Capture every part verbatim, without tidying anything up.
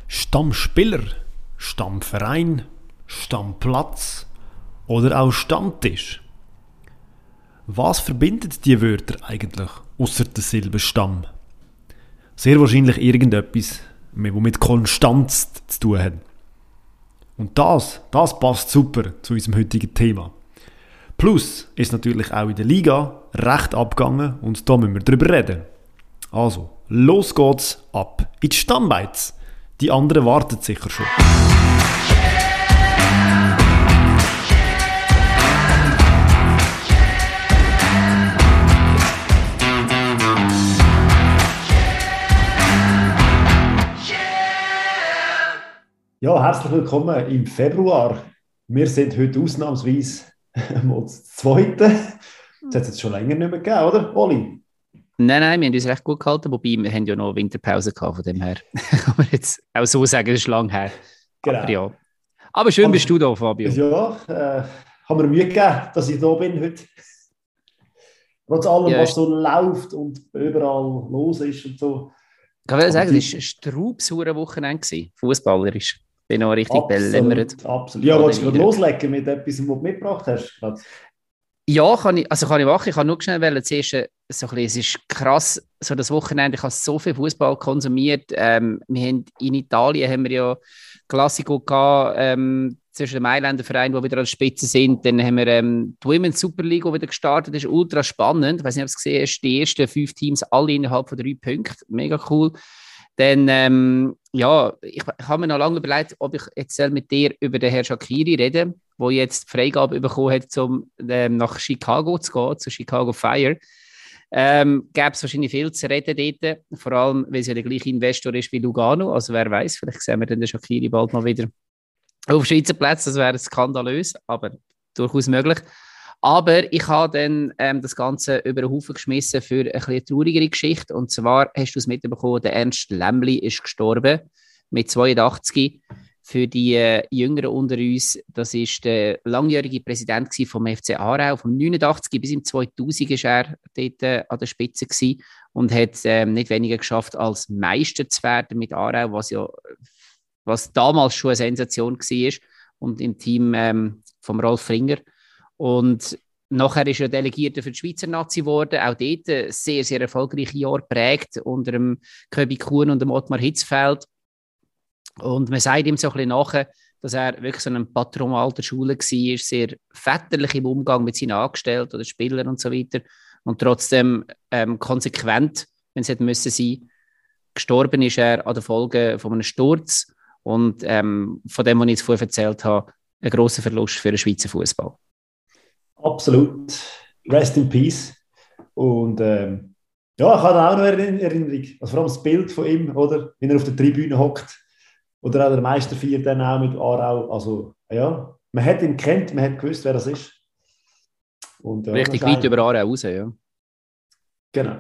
Stammspieler, Stammverein, Stammplatz oder auch Stammtisch. Was verbindet die Wörter eigentlich ausser der Silbe Stamm? Sehr wahrscheinlich irgendetwas, was mit Konstanz zu tun hat. Und das, das passt super zu unserem heutigen Thema. Plus ist natürlich auch in der Liga recht abgegangen und da müssen wir drüber reden. Also, los geht's ab in die Stammbeiz. Die anderen warten sicher schon. Ja, herzlich willkommen im Februar. Wir sind heute ausnahmsweise mal das Zweite. Das hat es jetzt schon länger nicht mehr gegeben, oder, Oli? Nein, nein, wir haben uns recht gut gehalten, wobei wir haben ja noch Winterpause gehabt, von dem her. Kann man jetzt auch so sagen, das ist lang her. Genau. Aber ja. Aber schön Aber, bist du da, Fabio. Ja, äh, haben wir Mühe gegeben, dass ich da bin heute. Trotz allem, Ja, was so läuft und überall los ist und so. Ich kann sagen, die... es war ein straubsauer Wochenende, fußballerisch. Ich bin noch richtig belämmert. belämmert. Absolut. Ja, wolltest du loslegen mit etwas, was du mitgebracht hast? Ja, kann ich, also kann ich machen. Ich kann nur schnell wollen, zuerst, so ein bisschen, es ist krass, so das Wochenende, ich habe so viel Fußball konsumiert. Ähm, wir haben, in Italien haben wir ja Classico gehabt, ähm, zwischen den Mailänder Vereinen, die wieder an der Spitze sind. Dann haben wir ähm, die Women's Super League, die wieder gestartet ist. Ultra spannend. Ich weiß nicht, ob du es gesehen hast, die ersten fünf Teams alle innerhalb von drei Punkten. Mega cool. Dann, ähm, ja, ich, ich habe mir noch lange überlegt, ob ich jetzt mit dir über den Herrn Shaqiri rede, der jetzt die Freigabe bekommen hat, um ähm, nach Chicago zu gehen, zu Chicago Fire. Ähm, gäbe es wahrscheinlich viel zu reden dort, vor allem, weil es ja der gleiche Investor ist wie Lugano. Also wer weiß, vielleicht sehen wir dann den Shaqiri bald mal wieder auf Schweizer Plätzen. Das wäre skandalös, aber durchaus möglich. Aber ich habe dann ähm, das Ganze über den Haufen geschmissen für eine etwas traurigere Geschichte. Und zwar hast du es mitbekommen, der Ernst Lämmli ist gestorben mit zweiundachtzig. Für die äh, Jüngeren unter uns, das war der langjährige Präsident vom F C Aarau. Vom neunundachtzig bis im zweitausend war er dort äh, an der Spitze gewesen und hat ähm, nicht weniger geschafft, als Meister zu werden mit Aarau, was ja was damals schon eine Sensation war. Und im Team ähm, von Rolf Fringer. Und nachher ist er Delegierter für die Schweizer Nazi geworden. Auch dort ein sehr, sehr erfolgreiches Jahr geprägt unter dem Köbi Kuhn und dem Ottmar Hitzfeld. Und man sagt ihm so ein bisschen nachher, dass er wirklich so ein Patron alter Schule war, sehr väterlich im Umgang mit seinen Angestellten oder Spielern und so weiter. Und trotzdem ähm, konsequent, wenn es hätte müssen sein. Gestorben ist er an den Folgen von einem Sturz. Und ähm, von dem, was ich jetzt vorher erzählt habe, ein grosser Verlust für den Schweizer Fußball. Absolut. Rest in Peace. Und ähm, ja, ich habe auch noch eine Erinnerung. Also vor allem das Bild von ihm, oder? Wenn er auf der Tribüne hockt. Oder auch der Meisterfeier dann auch mit Aarau. Also ja, man hat ihn kennt, man hat gewusst, wer das ist. Und, ja, richtig weit über Aarau raus, ja. Genau.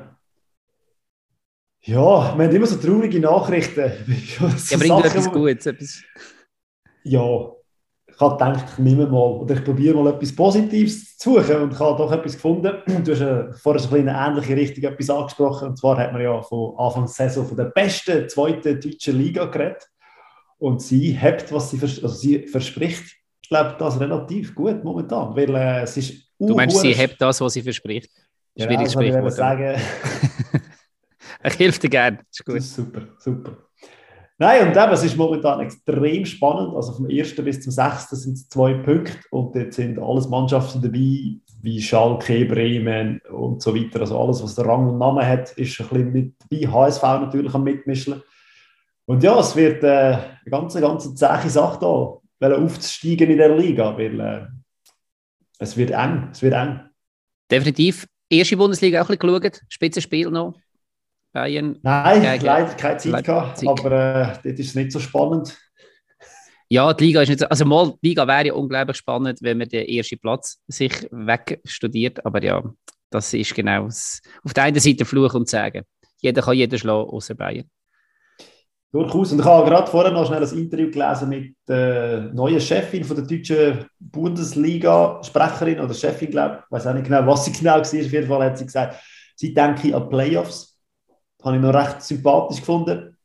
Ja, wir haben immer so traurige Nachrichten. So ja, bringt etwas Gutes. Etwas... Ja. Ich habe gedacht, ich nehme mal, oder ich probiere mal etwas Positives zu suchen und ich habe doch etwas gefunden. Du hast äh, vorher so in eine ähnliche Richtung etwas angesprochen. Und zwar hat man ja von Anfang der Saison von der besten zweiten deutschen Liga geredet. Und sie hebt, was sie, vers- also sie verspricht. Ich glaube, das relativ gut momentan. Weil, äh, es ist du meinst, sie hebt das, was sie verspricht? Schwieriges ja, Sprichwort. Ich sagen. Ich helfe dir gerne. Das ist gut. Das ist super, super. Nein, und eben, es ist momentan extrem spannend. Also vom ersten bis zum sechsten sind es zwei Punkte und dort sind alles Mannschaften dabei, wie Schalke, Bremen und so weiter. Also alles, was der Rang und Namen hat, ist ein bisschen mit dabei. H S V natürlich am Mitmischen. Und ja, es wird äh, eine ganz, ganz zähe Sache da, weil aufzusteigen in der Liga, weil äh, es wird eng, es wird eng. Definitiv. Erste Bundesliga auch ein bisschen geschaut, Spitzenspiel noch. Bayern. Nein, gegen, leider keine Zeit gehabt, aber äh, dort ist es nicht so spannend. Ja, die Liga ist nicht so, also mal, die Liga wäre ja unglaublich spannend, wenn man den ersten Platz sich wegstudiert, aber ja, das ist genau das, auf der einen Seite Fluch und Sagen. Jeder kann jeden schlagen, außer Bayern. Durchaus. Und ich habe gerade vorher noch schnell ein Interview gelesen mit der neuen Chefin von der deutschen Bundesliga-Sprecherin oder Chefin, glaube ich. Ich weiß auch nicht genau, was sie genau war. Auf jeden Fall hat sie gesagt, sie denke an Playoffs. Das habe ich noch recht sympathisch gefunden.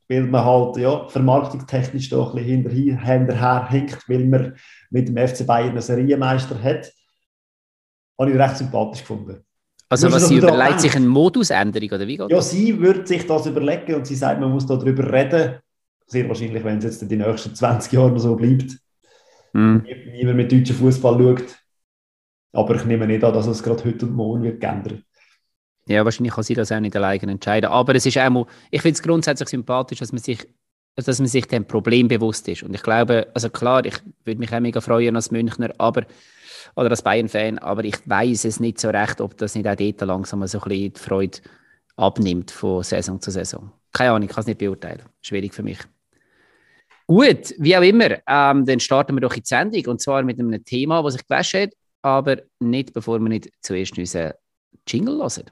weil man halt ja, vermarktungstechnisch da ein bisschen hinterher, hinterher hinkt, weil man mit dem F C Bayern einen Serienmeister hat. Habe ich recht sympathisch gefunden. Also was sie überlegt, sich eine Modusänderung, oder wie geht Ja, das? sie würde sich das überlegen und sie sagt, man muss darüber reden. Sehr wahrscheinlich, wenn es jetzt in den nächsten zwanzig Jahren so bleibt. Mm. Niemand mit deutschem Fußball schaut. Aber ich nehme nicht an, dass es gerade heute und morgen wird geändert. Ja, wahrscheinlich kann sie das auch nicht alleine entscheiden. Aber es ist auch mal, ich finde es grundsätzlich sympathisch, dass man sich, dass man sich dem Problem bewusst ist. Und ich glaube, also klar, ich würde mich auch mega freuen als Münchner, aber oder als Bayern-Fan, aber ich weiß es nicht so recht, ob das nicht auch dort langsam so ein bisschen die Freude abnimmt von Saison zu Saison. Keine Ahnung, ich kann es nicht beurteilen. Schwierig für mich. Gut, wie auch immer, ähm, dann starten wir doch in die Sendung und zwar mit einem Thema, das sich gewaschen hat, aber nicht, bevor wir nicht zuerst unseren Jingle hören.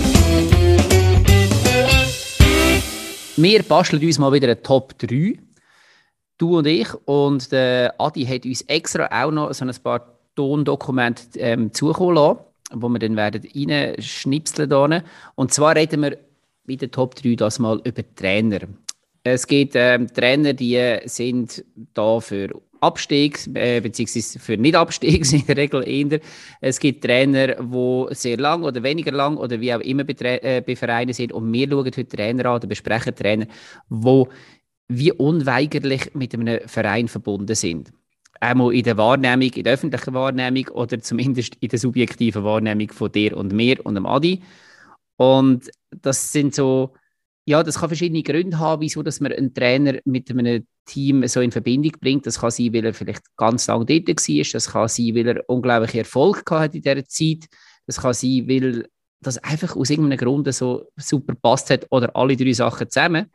Wir basteln uns mal wieder eine Top drei, du und ich, und der Adi hat uns extra auch noch so ein paar Tondokumente ähm, zukommen lassen, wo wir dann werden reinschnipseln werden. Und zwar reden wir bei der Top drei das mal über Trainer. Es gibt ähm, Trainer, die sind da für Abstieg, äh, beziehungsweise für Nicht-Abstieg in der Regel eher. Es gibt Trainer, die sehr lang oder weniger lang oder wie auch immer bei, äh, bei Vereinen sind. Und wir schauen heute Trainer an oder besprechen Trainer, die wie unweigerlich mit einem Verein verbunden sind. Einmal in der Wahrnehmung, in der öffentlichen Wahrnehmung oder zumindest in der subjektiven Wahrnehmung von dir und mir und dem Adi. Und das sind so, ja, das kann verschiedene Gründe haben, wieso dass man einen Trainer mit einem Team so in Verbindung bringt. Das kann sein, weil er vielleicht ganz lange dort war. Das kann sein, weil er unglaublichen Erfolg hat in dieser Zeit. Das kann sein, weil das einfach aus irgendeinem Grund so super gepasst hat oder alle drei Sachen zusammen.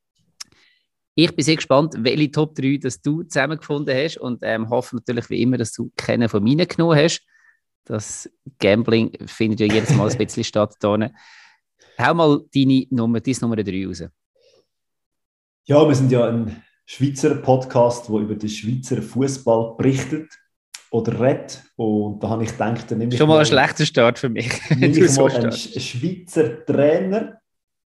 Ich bin sehr gespannt, welche Top drei das du zusammengefunden hast und ähm, hoffe natürlich wie immer, dass du keinen von meinen genommen hast. Das Gambling findet ja jedes Mal ein bisschen statt. Hau mal deine Nummer, deine Nummer drei raus. Ja, wir sind ja ein Schweizer Podcast, der über den Schweizer Fußball berichtet oder redet. Und da habe ich gedacht, dann nehme ich schon mal mal ein schlechter Start für mich. Nehme ich mal einen Schweizer Trainer.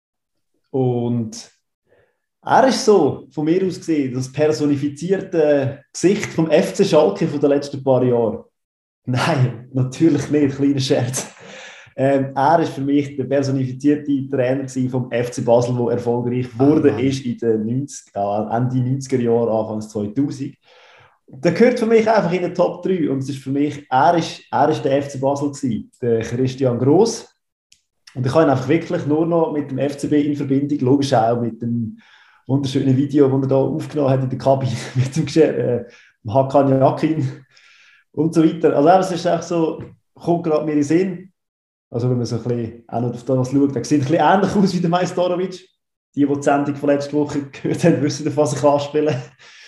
Und er ist so, von mir aus gesehen, das personifizierte Gesicht vom F C Schalke von den letzten paar Jahren. Nein, natürlich nicht, kleiner Scherz. Ähm, er ist für mich der personifizierte Trainer vom F C Basel, der erfolgreich wurde, ah, ist in den neunziger, äh, Ende neunziger Jahre, Anfang zweitausend. Der gehört für mich einfach in den Top drei. Und es ist für mich, er ist, er ist der F C Basel gewesen, der Christian Gross. Und ich habe ihn einfach wirklich nur noch mit dem F C B in Verbindung, logisch auch mit dem wunderschönen Video, das er da aufgenommen hat in der Kabine mit dem äh, Hakan Yakin und so weiter. Also es ist echt so, kommt gerade mir in den Sinn. Also wenn man so ein bisschen auch noch auf das schaut, der sieht ein bisschen ähnlich aus wie der Majstorovic. Die, die die Sendung von letzter Woche gehört haben, wissen, auf was ich anspiele.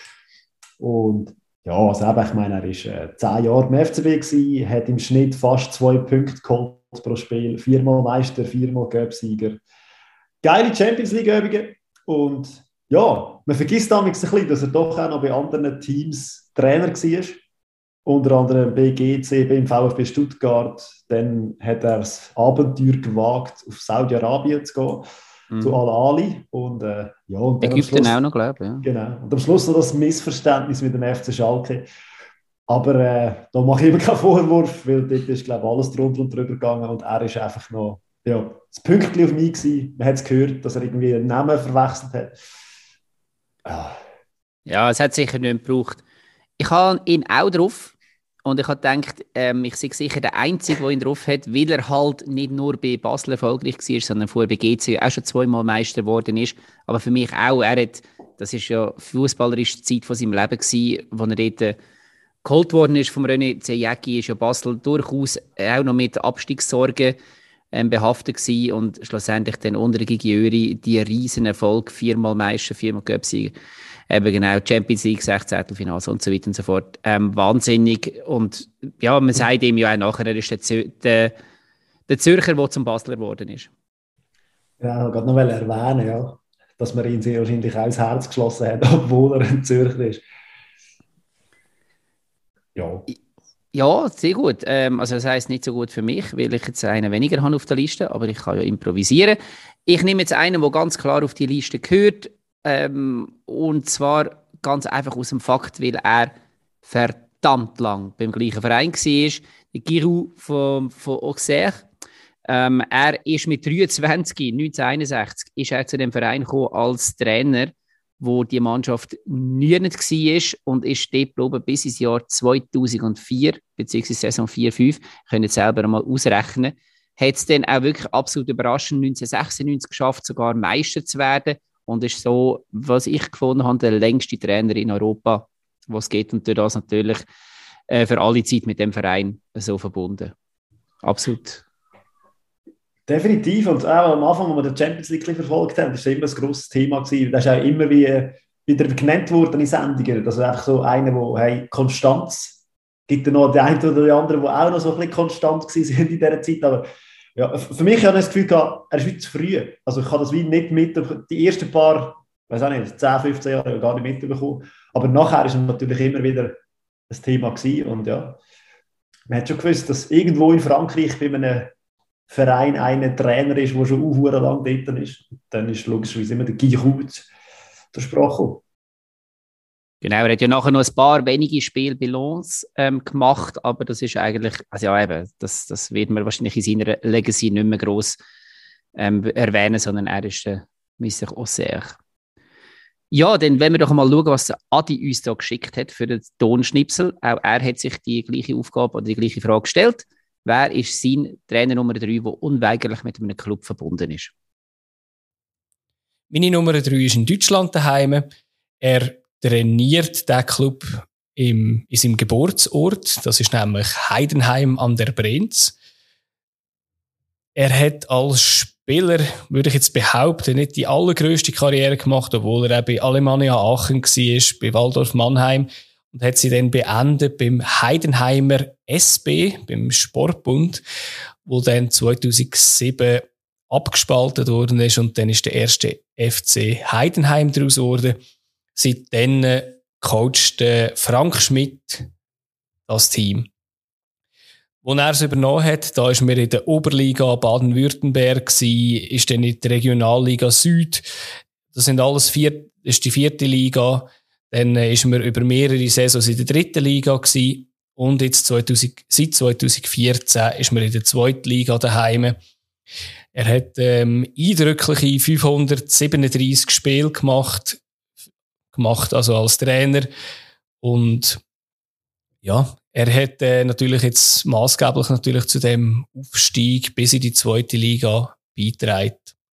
Und ja, also eben, ich meine, er war äh, zehn Jahre im F C B gewesen, hat im Schnitt fast zwei Punkte geholt pro Spiel, viermal Meister, viermal Cup-Sieger. Geile Champions-League-Übungen. Und ja, man vergisst damals ein bisschen, dass er doch auch noch bei anderen Teams Trainer war. Unter anderem B G C, beim VfB Stuttgart. Dann hat er das Abenteuer gewagt, auf Saudi-Arabien zu gehen, mhm. zu Al-Ali. Und, äh, ja, und Ägypten auch noch, glaube ich. Ja. Genau. Und am Schluss noch das Missverständnis mit dem F C Schalke. Aber äh, da mache ich eben keinen Vorwurf, weil dort ist, glaube ich, alles drunter und drüber gegangen. Und er ist einfach noch ja, das Pünktchen auf mich gewesen. Man hat es gehört, dass er irgendwie einen Namen verwechselt hat. Ah. Ja, es hat sicher nicht gebraucht. Ich habe ihn auch drauf. Und ich habe gedacht, ähm, ich sei sicher der Einzige, der ihn drauf hat, weil er halt nicht nur bei Basel erfolgreich war, sondern vorher bei G C auch schon zweimal Meister geworden ist. Aber für mich auch, er hat, das ist ja fußballerische Zeit von seinem Leben gewesen, wo er dort äh, geholt worden ist vom René Zejecki, ist ja Basel durchaus auch noch mit Abstiegssorgen ähm, behaftet gewesen und schlussendlich dann unter Gigiöri die riesen Erfolg, viermal Meister, viermal Cup-Sieger. Eben genau, Champions League, Sechzehntelfinale und so weiter und so fort. Ähm, wahnsinnig. Und ja, man sagt ihm ja auch nachher, er ist der, Zür- der, der Zürcher, der zum Basler geworden ist. Ja, ich wollte noch erwähnen, ja, dass man ihn sehr wahrscheinlich auch ins Herz geschlossen hat, obwohl er ein Zürcher ist. Ja. Ja, sehr gut. Ähm, also das heisst nicht so gut für mich, weil ich jetzt einen weniger habe auf der Liste, aber ich kann ja improvisieren. Ich nehme jetzt einen, der ganz klar auf die Liste gehört. Ähm, und zwar ganz einfach aus dem Fakt, weil er verdammt lang beim gleichen Verein war. Der Giroud von, von Auxerre. Ähm, er ist mit dreiundzwanzig, neunzehnhunderteinundsechzig, ist er zu dem Verein gekommen als Trainer, wo die Mannschaft nie nicht war und ist dort geblieben bis ins Jahr zweitausendvier, beziehungsweise Saison vier fünf. Könnt ihr selber mal ausrechnen. Hat es dann auch wirklich absolut überraschend neunzehnhundertsechsundneunzig geschafft, sogar Meister zu werden und ist so, was ich gefunden habe, der längste Trainer in Europa, was geht, und durch das natürlich äh, für alle Zeit mit dem Verein so verbunden. Absolut. Definitiv. Und auch am Anfang, als wir die Champions League verfolgt haben, das war immer ein grosses Thema gewesen. Das ist auch immer wie, wieder genannt worden in Sendungen. Das ist einfach so einer, der hey, Konstanz gibt. Es noch den einen oder den anderen, die auch noch so ein bisschen konstant waren in dieser Zeit. Aber ja, für mich habe ich das Gefühl gehabt, er ist wie zu früh. Also ich habe das wie nicht mit, die ersten paar, weiß auch nicht, zehn, fünfzehn Jahre gar nicht mitbekommen. Aber nachher ist es natürlich immer wieder ein Thema gewesen. Und ja, man hat schon gewusst, dass irgendwo in Frankreich bei einem Verein ein Trainer ist, der schon sehr lang dort ist. Dann ist logischerweise immer der Giroud der Sprache. Genau, er hat ja nachher noch ein paar wenige Spiele bei Lens ähm, gemacht, aber das ist eigentlich, also ja eben, das, das wird man wahrscheinlich in seiner Legacy nicht mehr gross ähm, erwähnen, sondern er ist der Mister Auxerre. Ja, dann wollen wir doch mal schauen, was der Adi uns da geschickt hat für den Tonschnipsel. Auch er hat sich die gleiche Aufgabe oder die gleiche Frage gestellt. Wer ist sein Trainer Nummer drei, der unweigerlich mit einem Club verbunden ist? Meine Nummer drei ist in Deutschland daheim. Er trainiert den Club im, in seinem Geburtsort. Das ist nämlich Heidenheim an der Brenz. Er hat als Spieler, würde ich jetzt behaupten, nicht die allergrößte Karriere gemacht, obwohl er auch bei Alemannia Aachen war, bei Waldorf Mannheim. Und hat sie dann beendet beim Heidenheimer S B, beim Sportbund, wo dann zweitausendsieben abgespaltet worden ist und dann ist der erste F C Heidenheim daraus geworden. Seitdem coacht Frank Schmidt das Team. Als er es übernommen hat, da ist mir in der Oberliga Baden-Württemberg gsi, ist dann in der Regionalliga Süd. Das sind alles vier, das ist die vierte Liga. Dann ist man über mehrere Saisons in der dritten Liga gsi und jetzt zweitausend, seit zweitausendvierzehn ist man in der zweiten Liga daheim. Er hat ähm, eindrückliche fünfhundertsiebenunddreissig Spiele gemacht, gemacht also als Trainer, und ja, er hat äh, natürlich jetzt maßgeblich natürlich zu dem Aufstieg bis in die zweite Liga beigetragen.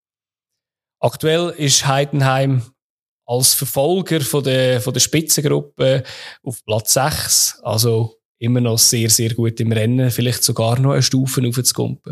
Aktuell ist Heidenheim als Verfolger von der, von der Spitzengruppe auf Platz sechs, also immer noch sehr, sehr gut im Rennen, vielleicht sogar noch eine Stufe raufzukommen.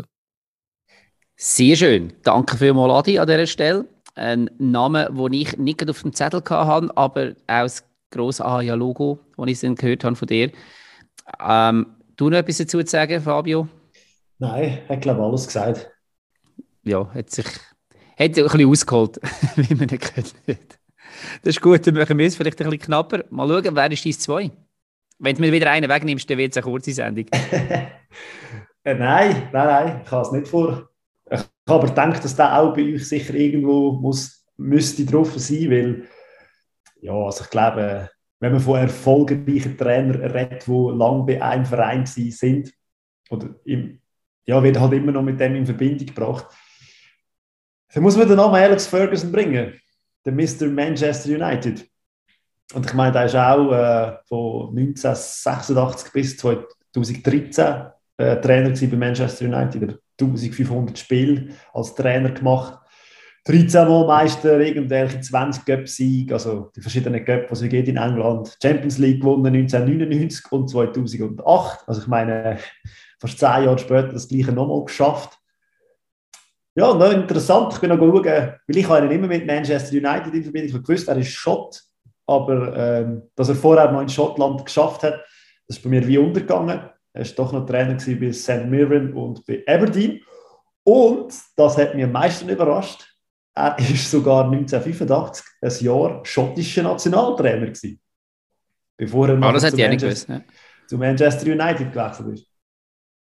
Sehr schön. Danke vielmals, Adi, an dieser Stelle. Ein Name, den ich nicht auf dem Zettel hatte, aber auch das grosse A H A-Logo, das ich dann gehört habe von dir. Ähm, du noch etwas dazu zu sagen, Fabio? Nein, er hat, glaube ich, alles gesagt. Ja, hat sich hat ein bisschen ausgeholt, wie man nicht gehört hat. Das ist gut, dann machen wir es vielleicht ein bisschen knapper. Mal schauen, wer ist dein zwei? Wenn du mir wieder einen wegnimmst, dann wird es eine kurze Sendung. äh, nein, nein, nein, ich habe es nicht vor. Ich habe aber gedacht, dass der auch bei euch sicher irgendwo muss, müsste drauf sein, weil ja, also ich glaube, wenn man von erfolgreichen Trainern redet, die lange bei einem Verein sind, oder im, ja, wird halt immer noch mit dem in Verbindung gebracht, dann muss man den Namen Alex Ferguson bringen, der Mister Manchester United. Und ich meine, der ist auch äh, von neunzehnhundertsechsundachtzig bis zweitausenddreizehn äh, Trainer gewesen bei Manchester United. Er hat eintausendfünfhundert Spiele als Trainer gemacht. dreizehn Mal Meister, irgendwelche zwanzig Cup-Siege, also die verschiedenen Cup, die es gibt in England. Champions League gewonnen neunzehnhundertneunundneunzig und zweitausendacht. Also ich meine, fast zehn Jahre später das Gleiche nochmal geschafft. Ja, noch interessant, ich bin noch schauen, weil ich habe ihn immer mit Manchester United in Verbindung. Ich habe gewusst, er ist Schott, aber ähm, dass er vorher noch in Schottland geschafft hat, das ist bei mir wie untergegangen. Er war doch noch Trainer bei Saint Mirren und bei Aberdeen. Und, das hat mich am meisten überrascht, er war sogar neunzehnhundertfünfundachtzig ein Jahr schottischer Nationaltrainer gewesen, bevor er ah, das zu, Manchester, gewusst, ja. zu Manchester United gewechselt ist.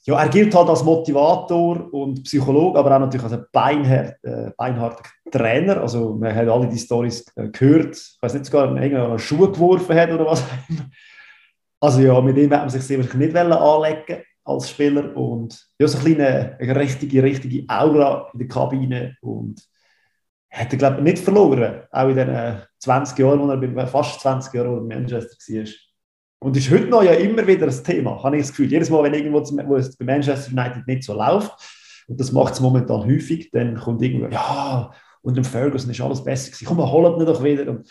ja, er gilt halt als Motivator und Psychologe, aber auch natürlich als ein beinhart, äh, beinharter Trainer. Also man hat alle die Storys äh, gehört. Ich weiß nicht, sogar irgendwann einen Schuh geworfen hat oder was auch immer. Also ja, mit ihm hat man sich sehr nicht anlegen als Spieler und ja, so eine kleine, eine richtige, richtige Aura in der Kabine und hat er, glaube ich, nicht verloren, auch in den zwanzig Jahren, wo er fast zwanzig Jahre in Manchester war. Und ist heute noch ja immer wieder ein Thema, habe ich das Gefühl. Jedes Mal, wenn irgendwo wo es bei Manchester United nicht so läuft, und das macht es momentan häufig, dann kommt irgendwo, ja, unter dem Ferguson ist alles besser gewesen, komm, wir holen ihn doch wieder. Und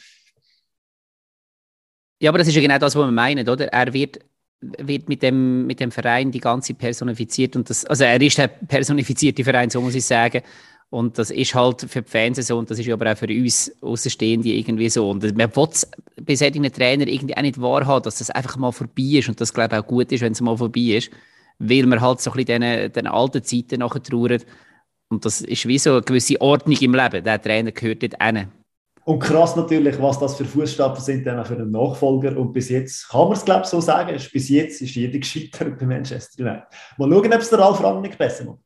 ja, aber das ist ja genau das, was wir meinen, oder? Er wird, wird mit, dem, mit dem Verein die ganze personifiziert. Und das, also er ist der personifizierte Verein, so muss ich sagen. Und das ist halt für die Fans so und das ist aber auch für uns Außenstehende irgendwie so. Und man will es bei solchen Trainern irgendwie auch nicht wahrhaben, dass das einfach mal vorbei ist und das, glaube ich, auch gut ist, wenn es mal vorbei ist, weil man halt so ein bisschen den, den alten Zeiten nachher trauert. Und das ist wie so eine gewisse Ordnung im Leben. Der Trainer gehört dort hin. Und krass natürlich, was das für Fußstapfen sind dann auch für einen Nachfolger. Und bis jetzt kann man es, glaube ich, so sagen, bis jetzt ist jeder gescheitert bei Manchester United. Mal schauen, ob es der Ralf Rangnick besser macht.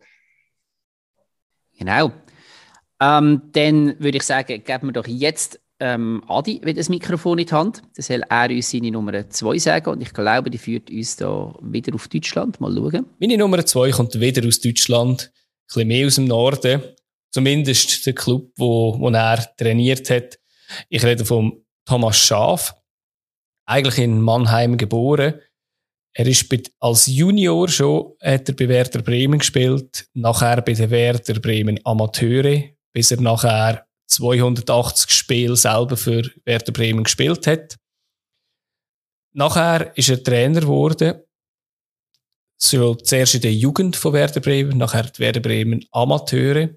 Genau. Ähm, dann würde ich sagen, geben wir doch jetzt ähm, Adi wieder das Mikrofon in die Hand. Dann soll er uns seine Nummer zwei sagen und ich glaube, die führt uns da wieder auf Deutschland. Mal schauen. Meine Nummer zwei kommt wieder aus Deutschland, ein bisschen mehr aus dem Norden. Zumindest der Club, wo, wo er trainiert hat. Ich rede von Thomas Schaaf. Eigentlich in Mannheim geboren. Er ist als Junior schon, hat er bei Werder Bremen gespielt, nachher bei den Werder Bremen Amateure, bis er nachher zweihundertachtzig Spiele selber für Werder Bremen gespielt hat. Nachher ist er Trainer geworden, so zuerst in der Jugend von Werder Bremen, nachher die Werder Bremen Amateure,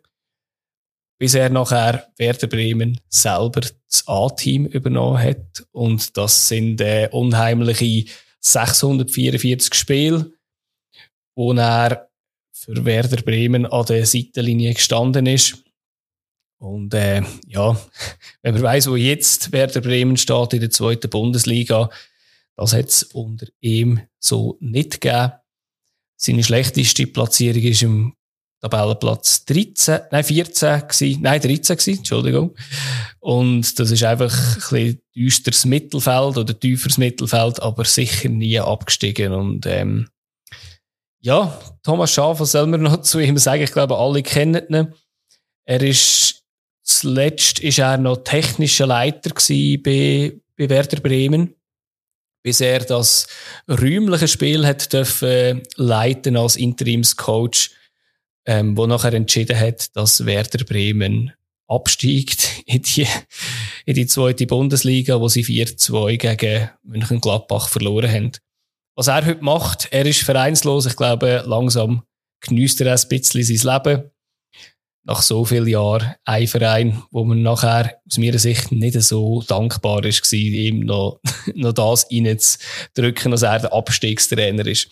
bis er nachher Werder Bremen selber das A-Team übernommen hat. Und das sind äh, unheimliche sechshundertvierundvierzig Spiele, wo er für Werder Bremen an der Seitenlinie gestanden ist. Und äh, ja, wenn man weiss, wo jetzt Werder Bremen steht in der zweiten Bundesliga, das hat es unter ihm so nicht gegeben. Seine schlechteste Platzierung ist im Tabellenplatz dreizehn, nein, vierzehn gewesen, nein, dreizehn gewesen, Entschuldigung. Und das ist einfach ein bisschen düsteres Mittelfeld oder tieferes Mittelfeld, aber sicher nie abgestiegen. Und, ähm, ja, Thomas Schaaf, was soll man noch zu ihm sagen? Ich glaube, alle kennen ihn. Er ist, zuletzt ist er noch technischer Leiter gewesen bei, bei Werder Bremen, bis er das räumliche Spiel hat dürfen leiten als Interimscoach, Ähm, wo nachher entschieden hat, dass Werder Bremen absteigt in die, in die zweite Bundesliga, wo sie vier zwei gegen Mönchengladbach verloren haben. Was er heute macht, er ist vereinslos. Ich glaube, langsam geniesst er ein bisschen sein Leben. Nach so vielen Jahren ein Verein, wo man nachher aus meiner Sicht nicht so dankbar ist, war, ihm noch, noch das reinzudrücken, dass er der Abstiegstrainer ist.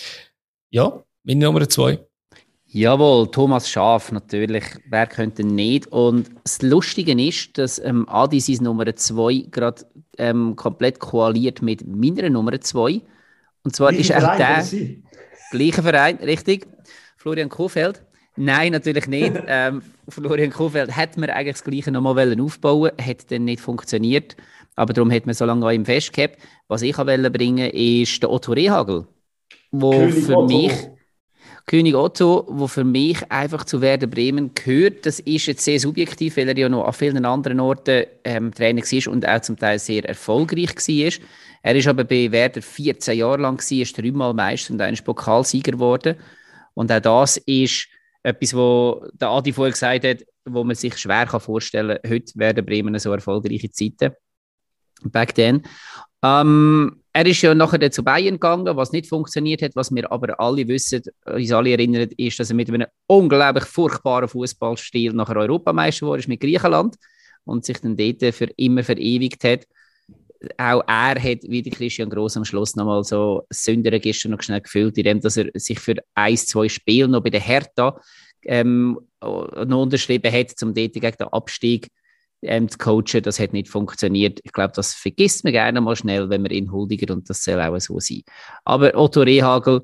Ja, meine Nummer zwei. Jawohl, Thomas Schaaf natürlich. Wer könnte nicht? Und das Lustige ist, dass ähm, Adi seine Nummer zwei gerade ähm, komplett koaliert mit meiner Nummer zwei. Und zwar Gleiche ist er Verein, der gleiche Verein, richtig? Florian Kohfeldt. Nein, natürlich nicht. ähm, Florian Kohfeldt hätte mir eigentlich das Gleiche nochmal aufbauen wollen, hat dann nicht funktioniert. Aber darum hat man so lange an ihm festgehabt. Was ich wollte bringen, ist der Otto Rehhagel, wo König für Otto. mich König Otto, wo für mich einfach zu Werder Bremen gehört. Das ist jetzt sehr subjektiv, weil er ja noch an vielen anderen Orten ähm, Trainer war und auch zum Teil sehr erfolgreich war. Er ist aber bei Werder vierzehn Jahre lang, gewesen, ist dreimal Meister und einmal Pokalsieger geworden. Und auch das ist etwas, wo der Adi vorher gesagt hat, wo man sich schwer vorstellen kann, heute Werder Bremen so erfolgreiche Zeiten. Back then. Ähm, er ist ja nachher zu Bayern gegangen, was nicht funktioniert hat, was wir aber alle wissen, uns alle erinnern, ist, dass er mit einem unglaublich furchtbaren Fußballstil nachher Europameister wurde mit Griechenland und sich dann dort für immer verewigt hat. Auch er hat, wie der Christian Gross am Schluss nochmal so Sünder gestern noch schnell gefühlt, indem dass er sich für ein, zwei Spiele noch bei der Hertha ähm, noch unterschrieben hat, um dort gegen den Abstieg Ähm, zu coachen, das hat nicht funktioniert. Ich glaube, das vergisst man gerne mal schnell, wenn man ihn huldigt und das soll auch so sein. Aber Otto Rehhagel,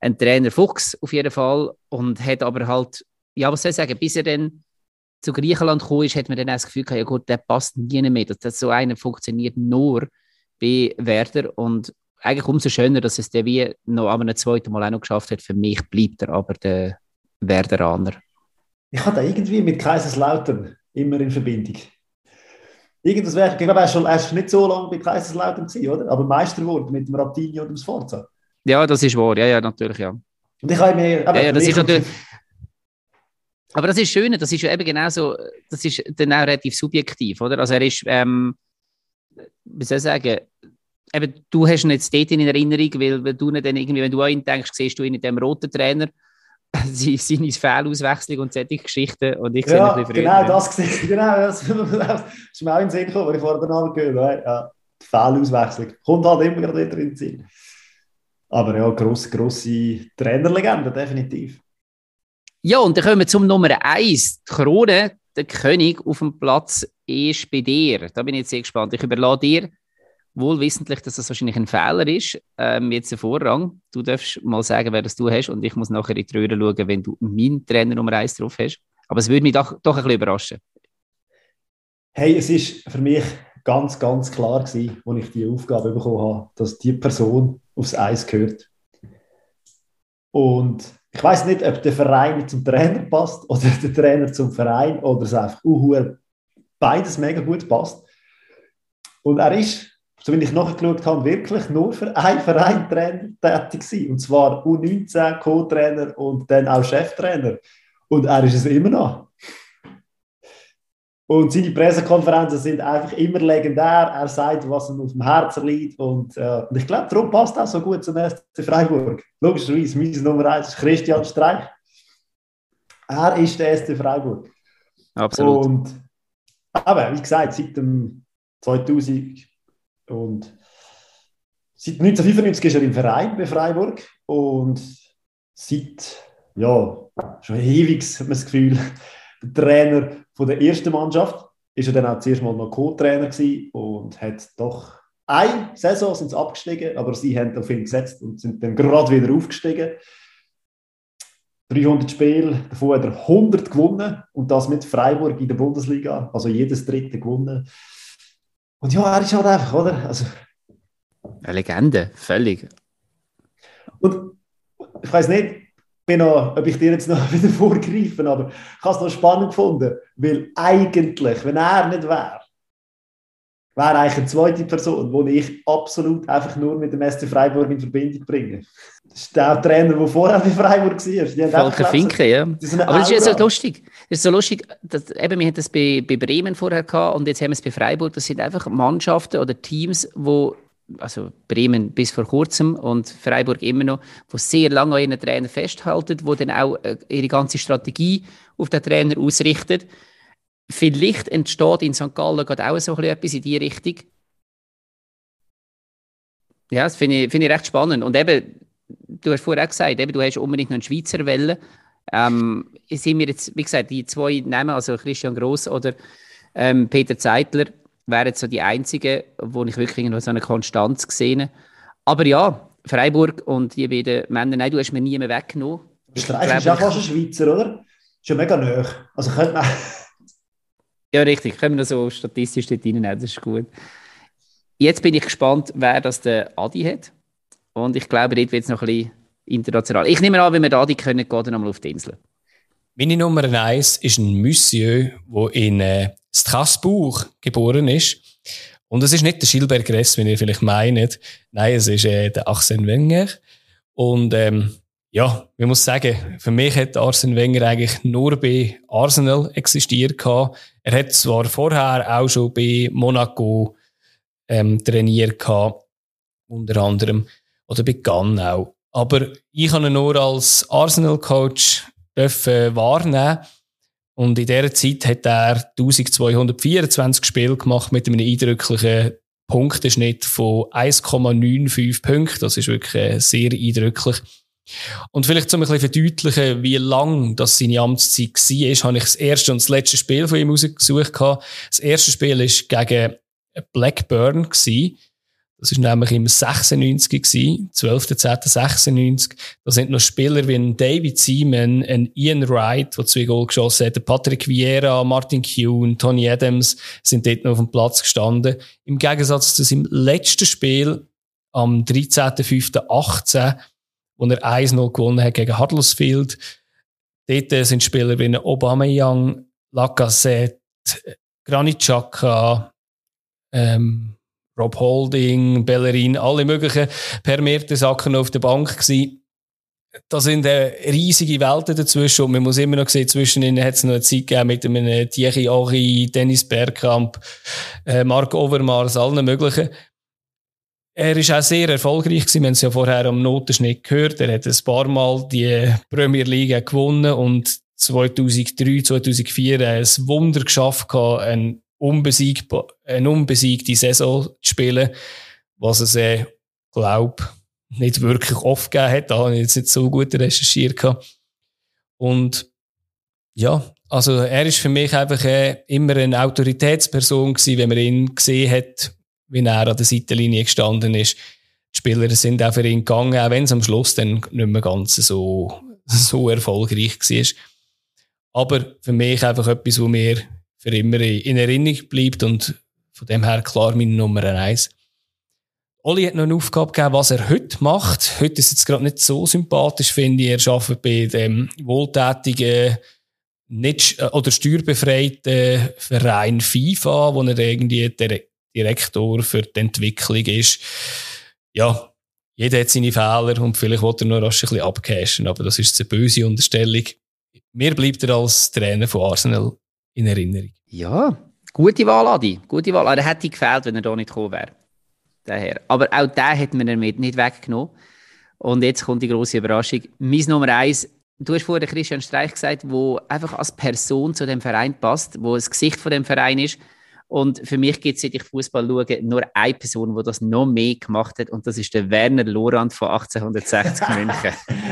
ein Trainer Fuchs auf jeden Fall und hat aber halt, ja, was soll ich sagen, bis er dann zu Griechenland gekommen ist, hat man dann auch das Gefühl gehabt, ja gut, der passt nie mehr. Das, das so einer funktioniert nur bei Werder und eigentlich umso schöner, dass es der wie noch an einem zweiten Mal auch noch geschafft hat. Für mich bleibt er aber der Werderaner. Ich hatte irgendwie mit Kaiserslautern immer in Verbindung. Irgendwas wäre, ich glaube, er war schon nicht so lange bei Kaiserslautern gewesen, oder? Aber Meister geworden mit dem Rapini und dem Sforza. Ja, das ist wahr. Ja, ja, natürlich, ja. Und ich habe mir... Ja, ja, das ist natürlich... Aber das ist schön, das ist ja eben genau so, das ist dann auch relativ subjektiv, oder? Also er ist, ähm, wie soll ich sagen, eben, du hast ihn jetzt dort in Erinnerung, weil, weil du nicht dann irgendwie, wenn du an ihn denkst, siehst du ihn in dem roten Trainer, seine Fehlauswechslung und solche Geschichten und ich sehe ja, ein bisschen genau, früher. das gesehen, genau, das, das ist mir auch in den Sinn gekommen, wenn ich vorher den Namen gehört habe. Ja, die Fehlauswechslung, kommt halt immer wieder in den Sinn. Aber ja, grosse, grosse Trainerlegende, definitiv. Ja, und dann kommen wir zum Nummer eins. Die Krone, der König auf dem Platz ist bei dir. Da bin ich jetzt sehr gespannt. Ich überlasse dir, wohlwissentlich, dass das wahrscheinlich ein Fehler ist, ähm, jetzt ein Vorrang. Du darfst mal sagen, wer das du hast und ich muss nachher in die Röhre schauen, wenn du meinen Trainer Nummer eins drauf hast. Aber es würde mich doch, doch ein bisschen überraschen. Hey, es ist für mich ganz, ganz klar gewesen, als ich die Aufgabe bekommen habe, dass die Person aufs Eis gehört. Und ich weiss nicht, ob der Verein zum Trainer passt oder der Trainer zum Verein oder es einfach uh, beides mega gut passt. Und er ist, so wie ich nachgeschaut habe, wirklich nur für einen Verein Trainer tätig gewesen. Und zwar U neunzehn, Co-Trainer und dann auch Cheftrainer. Und er ist es immer noch. Und seine Pressekonferenzen sind einfach immer legendär. Er sagt, was ihm auf dem Herzen liegt. Und, äh, und ich glaube, darum passt auch so gut zum S C Freiburg. Logischerweise, meine Nummer eins ist Christian Streich. Er ist der S C Freiburg. Absolut. Und aber, wie gesagt, seit dem zweitausend und seit neunzehnhundertfünfundneunzig ist er im Verein bei Freiburg. Und seit, ja, schon ewig hat man das Gefühl, der Trainer von der ersten Mannschaft ist er dann auch zuerst mal noch Co-Trainer gewesen und hat doch eine Saison sind sie abgestiegen, aber sie haben auf ihn gesetzt und sind dann gerade wieder aufgestiegen. dreihundert Spiele, davon hat er hundert gewonnen und das mit Freiburg in der Bundesliga, also jedes dritte gewonnen. Und ja, er ist halt einfach, oder? Also, eine Legende, völlig. Und ich weiss nicht, bin noch, ob ich dir jetzt noch wieder vorgreife, aber ich habe es noch spannend gefunden, weil eigentlich, wenn er nicht wäre, wäre eigentlich eine zweite Person, die ich absolut einfach nur mit dem S C Freiburg in Verbindung bringe. Das ist der Trainer, der vorher bei Freiburg war. Volker Finke, ja. Das aber das ist ja so lustig. Das ist so lustig, dass, eben, wir hatten das bei, bei Bremen vorher gehabt und jetzt haben wir es bei Freiburg. Das sind einfach Mannschaften oder Teams, wo also Bremen bis vor kurzem und Freiburg immer noch, die sehr lange an ihren Trainer festhalten, die dann auch äh, ihre ganze Strategie auf den Trainer ausrichten. Vielleicht entsteht in Sankt Gallen gerade auch so etwas in diese Richtung. Ja, das finde ich, find ich recht spannend. Und eben, du hast vorher auch gesagt, eben, du hast unbedingt noch einen Schweizer Welle. Ähm, sind wir jetzt, wie gesagt, die zwei Namen, also Christian Gross oder ähm, Peter Zeitler, wären so die einzigen, wo ich wirklich noch so eine Konstanz gesehen. Aber ja, Freiburg und die beiden Männer, nein, du hast mir nie mehr weggenommen. Streich ist ja fast ein Schweizer, oder? Ist ja mega nahe. Also könnte man... Ja, richtig. Können wir so statistisch dort reinnehmen, das ist gut. Jetzt bin ich gespannt, wer das der Adi hat. Und ich glaube, dort wird es noch ein bisschen international. Ich nehme an, wenn wir den Adi können, geht er nochmal auf die Insel. Meine Nummer eins ist ein Monsieur, der in äh, Strasbourg geboren ist. Und es ist nicht der Gilbert Gress, wie ihr vielleicht meint. Nein, es ist äh, der Arsène Wenger. Und ähm, ja, ich muss sagen, für mich hat Arsène Wenger eigentlich nur bei Arsenal existiert gehabt. Er hat zwar vorher auch schon bei Monaco ähm, trainiert gehabt, unter anderem, oder bei Cannes auch. Aber ich habe ihn nur als Arsenal-Coach dürfen wahrnehmen. Und in dieser Zeit hat er eintausendzweihundertvierundzwanzig Spiele gemacht mit einem eindrücklichen Punkteschnitt von eins Komma fünfundneunzig Punkten. Das ist wirklich sehr eindrücklich. Und vielleicht zum ein bisschen verdeutlichen, wie lang das seine Amtszeit war, habe ich das erste und das letzte Spiel von ihm rausgesucht. Das erste Spiel war gegen Blackburn. Das Das war nämlich im sechsundneunzig gewesen, zwölfter zehnter sechsundneunzig. Da sind noch Spieler wie ein David Seaman, ein Ian Wright, der zwei Goal geschossen hat, Patrick Vieira, Martin Kuhn, Tony Adams sind dort noch auf dem Platz gestanden. Im Gegensatz zu seinem letzten Spiel am dreizehnter fünfter achtzehn, wo er eins null gewonnen hat gegen Huddersfield. Dort sind Spieler wie Aubameyang, Lacazette, Granit Xhaka, ähm, Rob Holding, Bellerin, alle möglichen permehrten Sachen auf der Bank gewesen. Da sind äh, riesige Welten dazwischen und man muss immer noch sehen, zwischen ihnen hat es noch eine Zeit gegeben mit einem Thierry Henry, Dennis Bergkamp, äh, Marc Overmars, allen möglichen. Er ist auch sehr erfolgreich gewesen. Wir haben es ja vorher am Notenschnitt gehört. Er hat ein paar Mal die Premier League gewonnen und zweitausenddrei, zweitausendvier ein Wunder geschafft, eine, unbesieg, eine unbesiegte Saison zu spielen, was es, äh, glaube nicht wirklich oft gegeben hat. Da habe ich jetzt nicht so gut recherchiert. Und ja, also er ist für mich einfach äh, immer eine Autoritätsperson gewesen, wenn man ihn gesehen hat, wie er an der Seitenlinie gestanden ist. Die Spieler sind auch für ihn gegangen, auch wenn es am Schluss dann nicht mehr ganz so, so erfolgreich war. Aber für mich einfach etwas, was mir für immer in Erinnerung bleibt und von dem her klar meine Nummer eins. Oli hat noch eine Aufgabe gegeben, was er heute macht. Heute ist es jetzt gerade nicht so sympathisch, finde ich. Er arbeitet bei dem wohltätigen, nicht, oder steuerbefreiten Verein FIFA, wo er irgendwie der Direktor für die Entwicklung ist. Ja, jeder hat seine Fehler und vielleicht will er noch rasch ein bisschen abcashen, aber das ist eine böse Unterstellung. Mir bleibt er als Trainer von Arsenal in Erinnerung. Ja, gute Wahl, Adi. Gute Wahl. Aber er hätte gefehlt, wenn er da nicht gekommen wäre. Daher. Aber auch den hätten wir damit nicht weggenommen. Und jetzt kommt die grosse Überraschung. Mein Nummer eins, du hast vorher Christian Streich gesagt, der einfach als Person zu dem Verein passt, wo das Gesicht von dem Verein ist. Und für mich gibt es, seit ich Fußball schaue, nur eine Person, die das noch mehr gemacht hat. Und das ist der Werner Lorand von achtzehnhundertsechzig München.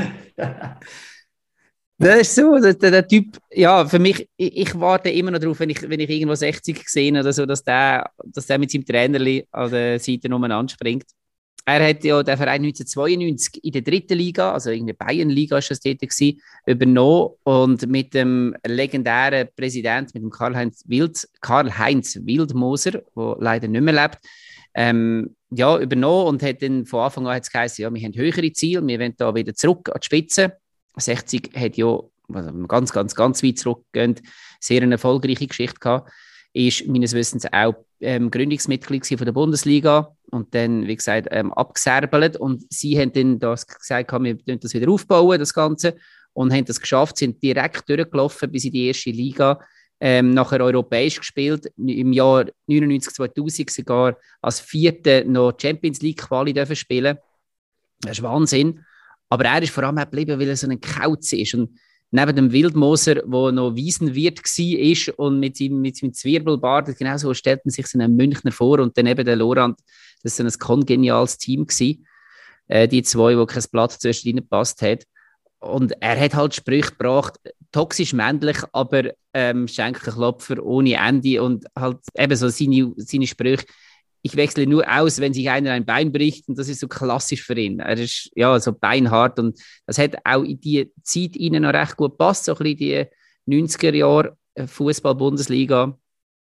Das ist so, der, der Typ, ja, für mich, ich, ich warte immer noch darauf, wenn ich, wenn ich irgendwo sechzig sehe oder so, dass der, dass der mit seinem Trainerli an der Seite umeinander springt. Er hat ja den Verein neunzehnhundertzweiundneunzig in der dritten Liga, also in der Bayernliga ist das dort gewesen, übernommen und mit dem legendären Präsident, mit dem Karl-Heinz Wild, Karl-Heinz Wildmoser, der leider nicht mehr lebt, ähm, ja, übernommen und hat dann von Anfang an geheißen, ja, wir haben höhere Ziele, wir wollen da wieder zurück an die Spitze. sechzig hat ja, also ganz, ganz, ganz weit zurückgehend, sehr eine erfolgreiche Geschichte gehabt. Ist meines Wissens auch ähm, Gründungsmitglied von der Bundesliga und dann, wie gesagt, ähm, abgeserbelt. Und sie haben dann das gesagt, wir wollen das wieder aufbauen, das Ganze, und haben das geschafft, sind direkt durchgelaufen bis in die erste Liga, ähm, nachher europäisch gespielt, im Jahr neunundneunzig zweitausend sogar als Vierte noch Champions League Quali dürfen spielen. Das ist Wahnsinn. Aber er ist vor allem geblieben, weil er so ein Kauz ist. Und neben dem Wildmoser, der noch Wiesenwirt war und mit seinem, mit seinem Zwirbelbart, genau so stellt man sich so einen Münchner vor. Und dann eben der Lorand, das war so ein kongeniales Team gewesen. Äh, die zwei, wo kein Blatt zwischen ihnen gepasst hat. Und er hat halt Sprüche gebracht, toxisch männlich, aber ähm, Schenkelklopfer ohne Ende. Und halt eben so seine, seine Sprüche. Ich wechsle nur aus, wenn sich einer ein Bein bricht, und das ist so klassisch für ihn. Er ist ja so beinhart und das hat auch in die Zeit ihnen noch recht gut gepasst, so ein bisschen die neunziger Jahre Fußball-Bundesliga.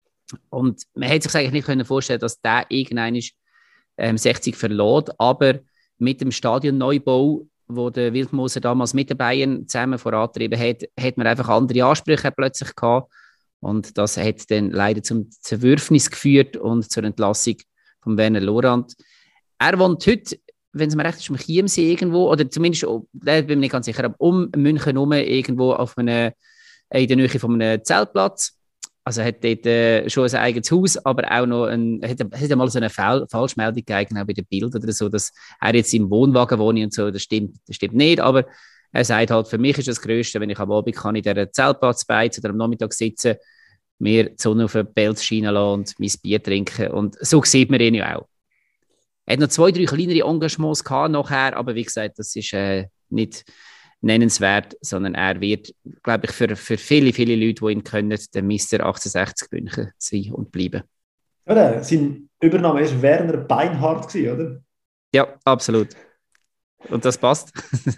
Und man hätte sich eigentlich nicht vorstellen können, dass der irgendwann ähm, sechzig verlässt, aber mit dem Stadionneubau, wo der Wildmoser damals mit den Bayern zusammen vorantrieben hat, hat man einfach andere Ansprüche plötzlich gehabt. Und das hat dann leider zum Zerwürfnis geführt und zur Entlassung von Werner Lorand. Er wohnt heute, wenn es mir recht ist, am Chiemsee irgendwo, oder zumindest, da bin ich nicht ganz sicher, aber um München herum irgendwo auf einem, in der Nähe von einem Zeltplatz. Also er hat dort äh, schon ein eigenes Haus, aber auch noch ein, hat, hat einmal so eine Fall, Falschmeldung gegeben, auch bei den Bildern oder so, dass er jetzt im Wohnwagen wohnt und so. Das stimmt, das stimmt nicht, aber er sagt halt, für mich ist das Größte, wenn ich am Abend kann in dieser Zeltplatz beizen oder am Nachmittag sitzen, mir die Sonne auf den Pelz scheinen lassen und mein Bier trinken. Und so sieht man ihn ja auch. Er hat noch zwei, drei kleinere Engagements gehabt nachher, aber wie gesagt, das ist äh, nicht nennenswert, sondern er wird, glaube ich, für, für viele, viele Leute, die ihn kennen, der Mister achtzehnhundertsechzig München sein und bleiben. Ja, sein Übername war Werner Beinhardt, oder? Ja, absolut. Und das passt.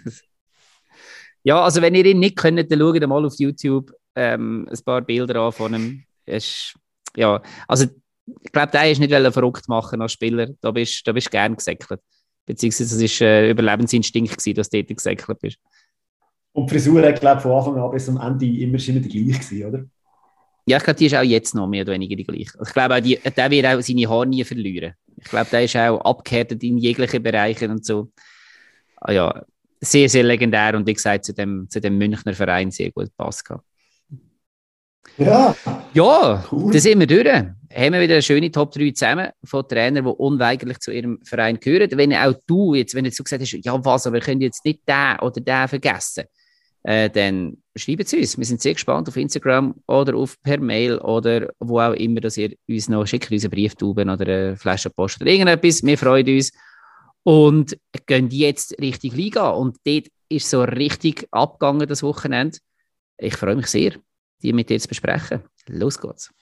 Ja, also wenn ihr ihn nicht könnt, dann schaut mal auf YouTube ähm, ein paar Bilder an von ihm. Ist, ja, also ich glaube, der ist nicht verrückt machen als Spieler. Da bist du bist gern gesäckelt. Beziehungsweise es war ein Überlebensinstinkt, gewesen, dass du dort gesäckelt bist. Und die Frisur hat, glaube ich, von Anfang an bis zum Ende immer schon die gleiche gewesen, oder? Ja, ich glaube, die ist auch jetzt noch mehr oder weniger die gleiche. Also ich glaube, auch die, der wird auch seine Haare nie verlieren. Ich glaube, der ist auch abgehärtet in jeglichen Bereichen und so. Ah, ja, sehr, sehr legendär und wie gesagt, zu dem, zu dem Münchner Verein sehr gut passt. Ja, ja, cool. Da sind wir durch. Haben wir wieder eine schöne Top drei zusammen von Trainern, die unweigerlich zu ihrem Verein gehören. Wenn auch du jetzt, wenn du so gesagt hast, ja was, aber wir können jetzt nicht den oder den vergessen, äh, dann schreibt es uns. Wir sind sehr gespannt auf Instagram oder auf per Mail oder wo auch immer, dass ihr uns noch schickt, unsere Brieftuben oder eine Flaschenpost oder irgendetwas. Wir freuen uns. Und gehen jetzt Richtung Liga. Und dort ist so richtig abgegangen das Wochenende. Ich freue mich sehr, die mit dir zu besprechen. Los geht's.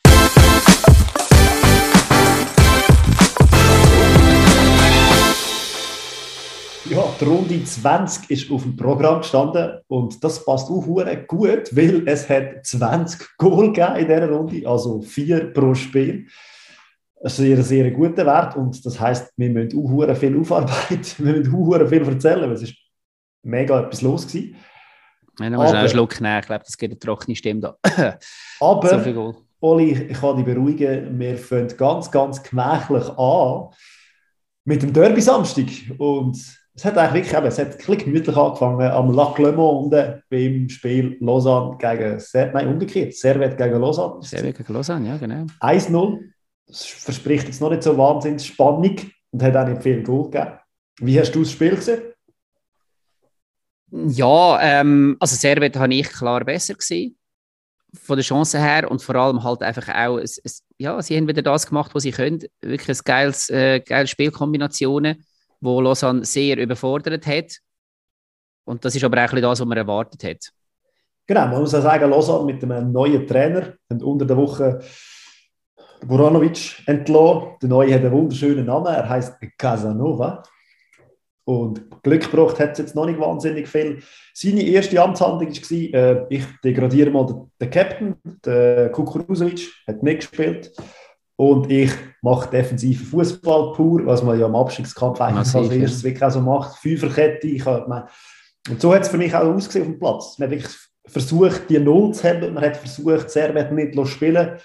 Ja, die Runde zwanzig ist auf dem Programm gestanden und das passt auch verdammt gut, weil es hat zwanzig Goal gegeben in dieser Runde, also vier pro Spiel. Ein sehr, sehr guter Wert und das heisst, wir müssen auch verdammt viel aufarbeiten, wir müssen auch verdammt viel erzählen, weil es ist mega etwas los gewesen. Ja, dann musst du einen Schluck nehmen, ich glaube, das geht eine trockene Stimme da. Aber, so viel Goal. Oli, ich kann dich beruhigen, wir fangen ganz, ganz gemächlich an mit dem Derby-Samstag und es hat eigentlich wirklich, eben, es hat ein bisschen gemütlich angefangen am Lac Le Monde beim Spiel Lausanne gegen, Ser- nein, umgekehrt, Servette gegen Lausanne. Servette gegen Lausanne, ja, genau. eins null, das verspricht jetzt noch nicht so wahnsinnig Spannung und hat auch nicht viel Goal gegeben. Wie hast du das Spiel gesehen? Ja, ähm, also Servette habe ich klar besser gesehen, von der Chance her und vor allem halt einfach auch, es, es, ja, sie haben wieder das gemacht, was sie können, wirklich ein geiles, äh, geiles Spielkombinationen, wo Lausanne sehr überfordert hat und das ist aber auch ein bisschen das, was man erwartet hat. Genau, man muss auch sagen, Lausanne mit einem neuen Trainer und unter der Woche Voranovic entlassen. Der Neue hat einen wunderschönen Namen, er heißt Casanova. Und Glück gebracht hat es jetzt noch nicht wahnsinnig viel. Seine erste Amtshandlung war, äh, ich degradiere mal den, den Captain, den Kukuruzovic, hat mitgespielt. Und ich mache defensiven Fußball pur, was man ja im Abstiegskampf eigentlich Massiv, als erstes ja. wirklich auch so macht. Fünferkette. Ich hab, und so hat es für mich auch ausgesehen auf dem Platz. Man hat wirklich versucht, die Null zu haben. Man hat versucht, Servette nicht zu spielen.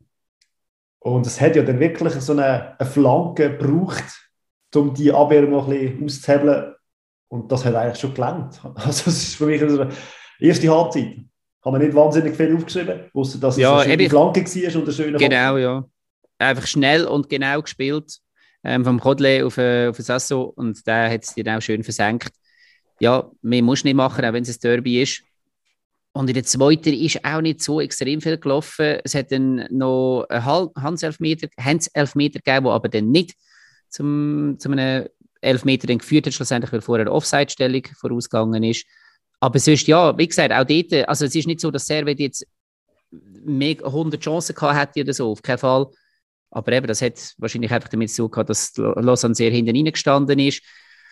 Und es hat ja dann wirklich so eine, eine Flanke gebraucht, um die Abwehr noch ein bisschen auszuhebeln. Und das hat eigentlich schon gelangt. Also es ist für mich eine erste Halbzeit. Habe man nicht wahnsinnig viel aufgeschrieben, ausser dass ja, es eine schöne Flanke war und eine schöne Genau, Halbzeit. Ja. Einfach schnell und genau gespielt. Ähm, vom Kodle auf, äh, auf Sasso und der hat es dir auch schön versenkt. Ja, mehr musst du nicht machen, auch wenn es ein Derby ist. Und in der zweiten ist auch nicht so extrem viel gelaufen. Es hat dann noch einen Handelfmeter, Handelfmeter gegeben, der aber dann nicht zum, zu einem Elfmeter dann geführt hat, schlussendlich, weil vorher eine Offside-Stellung vorausgegangen ist. Aber sonst, ja, wie gesagt, auch dort, also es ist nicht so, dass Servette jetzt mega hundert Chancen gehabt hätte oder so, auf keinen Fall. Aber eben, das hat wahrscheinlich einfach damit zu tun, dass Lausanne sehr hinten reingestanden ist.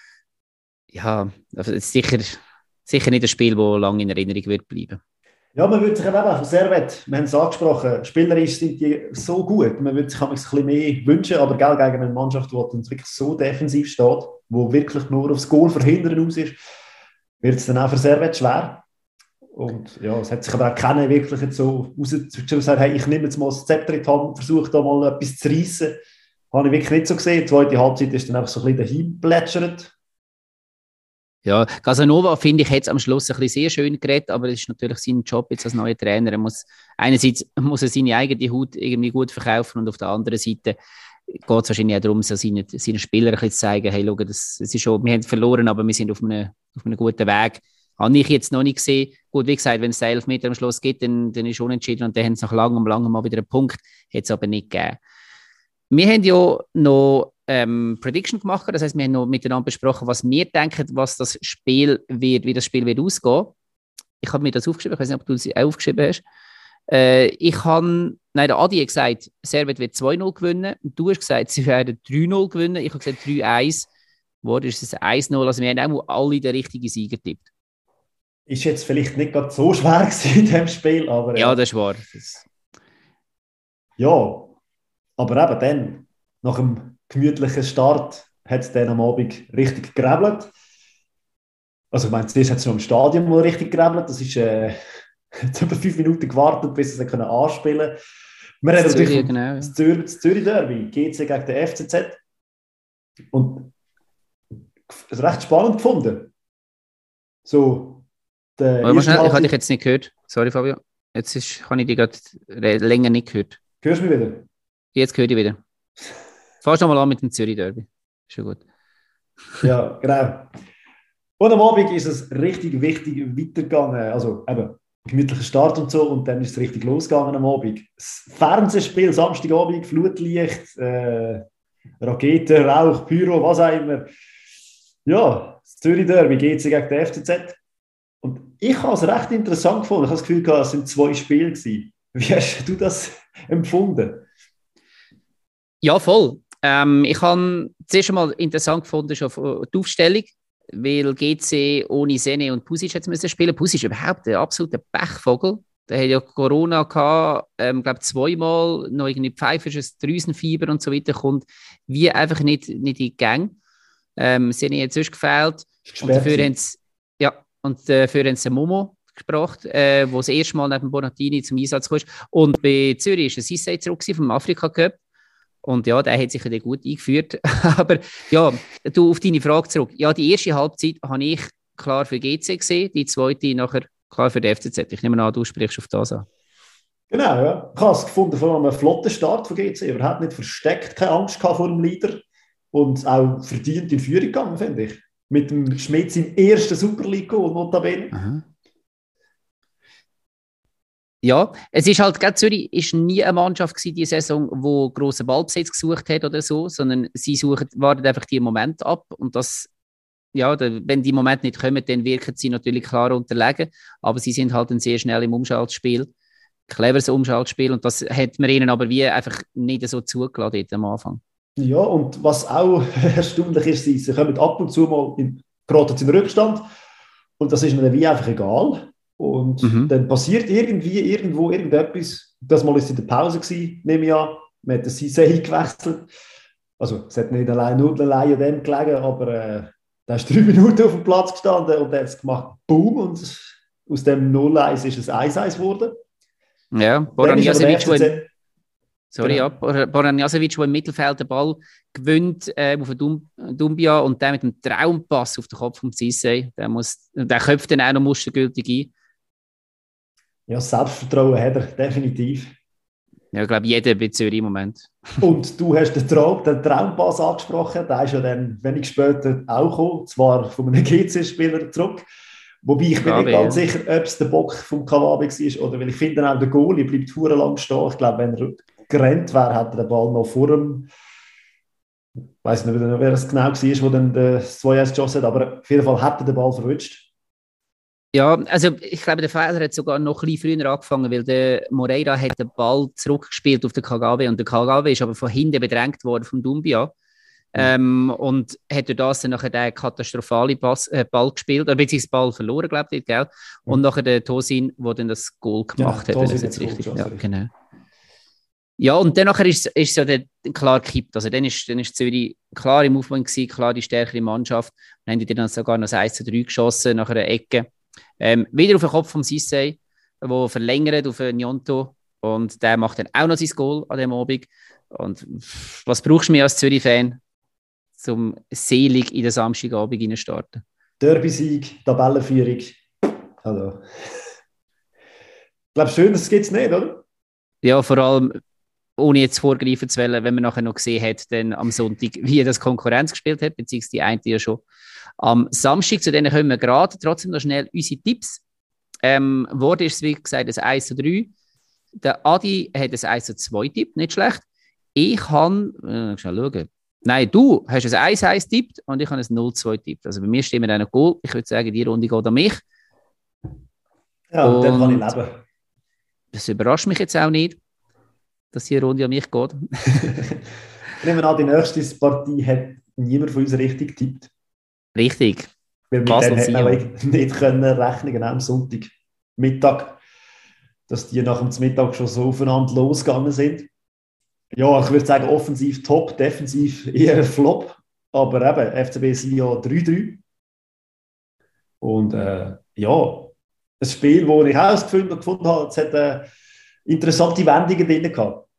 Ja, also sicher, sicher nicht ein Spiel, das lange in Erinnerung wird bleiben. Ja, man würde sich eben von Servette, wir haben es angesprochen, spielerisch sind die so gut, man würde sich ein bisschen mehr wünschen, aber gell, gegen eine Mannschaft, die wirklich so defensiv steht, die wirklich nur aufs Goal verhindern aus ist, wird es dann auch für Servette schwer. Und ja, es hat sich aber auch keiner wirklich jetzt so rausgeschaut, hey, ich nehme jetzt mal das Zepter in die Hand und versuche da mal etwas zu reissen. Habe ich wirklich nicht so gesehen. Die zweite Halbzeit ist dann einfach so ein bisschen dahin plätschert. Ja, Casanova, finde ich, hat es am Schluss ein bisschen sehr schön geredet, aber es ist natürlich sein Job jetzt als neuer Trainer. Er muss, einerseits muss er seine eigene Haut irgendwie gut verkaufen und auf der anderen Seite geht es wahrscheinlich auch darum, so seinen, seinen Spielern ein bisschen zu zeigen, hey, schau, das, das ist schon, wir haben verloren, aber wir sind auf einem, auf einem guten Weg. Habe ich jetzt noch nicht gesehen. Gut, wie gesagt, wenn es den Elfmeter am Schluss gibt, dann, dann ist unentschieden und dann haben sie nach langem, langem mal wieder einen Punkt. Hat es aber nicht gegeben. Wir haben ja noch ähm, Prediction gemacht, das heisst, wir haben noch miteinander besprochen, was wir denken, was das Spiel wird, wie das Spiel wird ausgehen. Ich habe mir das aufgeschrieben, ich weiß nicht, ob du es auch aufgeschrieben hast. Äh, ich habe, nein, der Adi hat gesagt, Servet wird zwei null gewinnen. Du hast gesagt, sie werden drei null gewinnen. Ich habe gesagt drei eins. Wo ist es eins null? Also wir haben auch alle den richtigen Sieger getippt. Ist jetzt vielleicht nicht gerade so schwer gewesen in diesem Spiel, aber... Ja, äh, das ist wahr. Das... Ja, aber eben dann, nach dem gemütlichen Start, hat es dann am Abend richtig gerebelt. Also ich meine, zuerst hat es noch im Stadion mal richtig gerebelt. Das ist äh, jetzt über fünf Minuten gewartet, bis sie es können anspielen konnte. Wir reden natürlich Zürich, vom genau, ja. das Zür- das Zürich-Derby, G C gegen den F C Z. Und es recht spannend gefunden. So, der Warte mal schnell, ich habe Halbzeit- dich jetzt nicht gehört. Sorry, Fabio. Jetzt ist, habe ich dich gerade re- länger nicht gehört. Hörst du mich wieder? Jetzt höre ich dich wieder. Fahrst noch mal an mit dem Zürich-Derby. Schon gut. Ja, genau. Und am Abend ist es richtig wichtig weitergegangen. Also eben, gemütlicher Start und so. Und dann ist es richtig losgegangen am Abend. Das Fernsehspiel, Samstagabend, Flutlicht, äh, Raketen, Rauch, Pyro, was auch immer. Ja, das Zürich-Derby, G C gegen den F C Z. Und ich habe es recht interessant gefunden. Ich habe das Gefühl, gehabt, es sind zwei Spiele gewesen. Wie hast du das empfunden? Ja, voll. Ähm, ich habe zuerst einmal interessant gefunden, schon die Aufstellung, weil G C ohne Sene und Pusic jetzt müssen spielen. Pusic ist überhaupt ein absoluter Pechvogel. Der hat ja Corona gehabt, ähm, glaube zweimal, noch irgendwie pfeifisches Drüsenfieber und so weiter, kommt wie einfach nicht, nicht in die Gang. Ähm, Sene hat sonst gefehlt. Und dafür haben sie, ja, und dafür haben sie Momo gebracht, äh, wo das erste Mal neben Bonatini zum Einsatz kam. Und bei Zürich war ein Sissé zurück vom Afrika Cup. Und ja, der hat sich ja gut eingeführt. Aber ja, du auf deine Frage zurück. Ja, die erste Halbzeit habe ich klar für G C gesehen, die zweite nachher klar für die F C Z. Ich nehme an, du sprichst auf das an. Genau, ja. Ich habe es gefunden, vor allem einen flotten Start von G C. Er hat nicht versteckt, keine Angst gehabt vor dem Leader und auch verdient in Führung gegangen, finde ich. Mit dem Schmidt im ersten Super League-Goal, notabene. Aha. Ja, es ist halt, gerade Zürich ist nie eine Mannschaft gewesen, die Saison, die grossen Ballbesitz gesucht hat oder so, sondern sie suchen, warten einfach die Momente ab und das, ja, da, wenn die Momente nicht kommen, dann wirken sie natürlich klar unterlegen, aber sie sind halt ein sehr schnell im Umschaltspiel, cleveres Umschaltspiel und das hat man ihnen aber wie einfach nicht so zugelassen am Anfang. Ja, und was auch erstaunlich ist, sie, sie kommen ab und zu mal in, geraten in Rückstand und das ist ihnen wie einfach egal. Und mhm. dann passiert irgendwie, irgendwo, irgendetwas. Das Mal war es in der Pause, gewesen, nehme ich an. Man hat den Sissé gewechselt. Also, es hat nicht allein nur allein an dem gelegen, aber äh, da ist drei Minuten auf dem Platz gestanden und dann hat es gemacht, boom, und aus dem null eins ist es eins eins geworden. Ja, Boran Jasevic, der Sorry, genau. ja, Boran Jasevic, der im Mittelfeld den Ball gewinnt äh, auf Dum Dumbia und der mit dem Traumpass auf den Kopf vom Sissé, der, muss, der köpft dann auch noch mustergültig ein. Ja, Selbstvertrauen hat er, definitiv. Ja, ich glaube, jeder bei Zürich im Moment. Und du hast den, Traum, den Traumpass angesprochen, der ist ja dann wenig später auch gekommen, zwar von einem G C-Spieler zurück. Wobei ich bin nicht ganz ja. sicher, ob es der Bock vom Kawabe war, oder weil ich finde auch, der Goalie bleibt verdammt lang stehen. Ich glaube, wenn er gerannt wäre, hätte er den Ball noch vor dem, ich weiß nicht, wer es genau war, der dann das zwei eins geschossen hat, aber auf jeden Fall hat er den Ball verwünscht. Ja, also ich glaube, der Fehler hat sogar noch ein bisschen früher angefangen, weil der Moreira hat den Ball zurückgespielt auf den Kagawa und der Kagawa ist aber von hinten bedrängt worden vom Dumbia mhm. ähm, und hat durch das dann nachher den katastrophalen Pass, äh, Ball gespielt, oder beziehungsweise Ball verloren, glaube ich, gell? Mhm. Und nachher der Tosin, der dann das Goal gemacht ja, hat, wenn das jetzt richtig ja, genau. Ja, und dann nachher ist, ist es ja dann klar gekippt. Also dann ist, dann ist Zürich klar im Aufbau gewesen, klar die stärkere Mannschaft. Dann haben die dann sogar noch das eins zu drei geschossen nach einer Ecke. Ähm, wieder auf den Kopf vom Sissé, der verlängert auf den Gnonto und der macht dann auch noch sein Goal an dem Abend. Und was brauchst du mehr als Zürich-Fan, um selig in den Samstagabend hineinstarten? Derby-Sieg, Tabellenführung. Also. Ich glaube, schön, das gibt es nicht, oder? Ja, vor allem, ohne jetzt vorgreifen zu wollen, wenn man nachher noch gesehen hat, dann am Sonntag, wie das Konkurrenz gespielt hat, beziehungsweise die eine ja schon. Am Samstag, zu denen kommen wir gerade trotzdem noch schnell unsere Tipps. Ähm, wurde ist es, wie gesagt, ein eins zu drei. Der Adi hat ein eins zu zwei Tipp, nicht schlecht. Ich habe, äh, schnell schauen. Nein, du hast ein eins eins tippt und ich habe ein null zwei tippt. Also bei mir stimmen dann Goal. Ich würde sagen, die Runde geht an mich. Ja, und dann kann ich leben. das überrascht mich jetzt auch nicht, dass die Runde an mich geht. Nehmen wir an, die nächste Partie hat niemand von uns richtig getippt. Richtig. Weil mit Basel, denen hätten Sion. wir nicht können rechnen, genau am Sonntag Mittag, dass die nach dem Mittag schon so aufeinander losgegangen sind. Ja, ich würde sagen, offensiv top, defensiv eher Flop. Aber eben, F C B Sion drei drei. Und äh, ja, ein Spiel, wo ich auch das Gefühl gefunden habe, es hat äh, interessante Wendungen drin gehabt.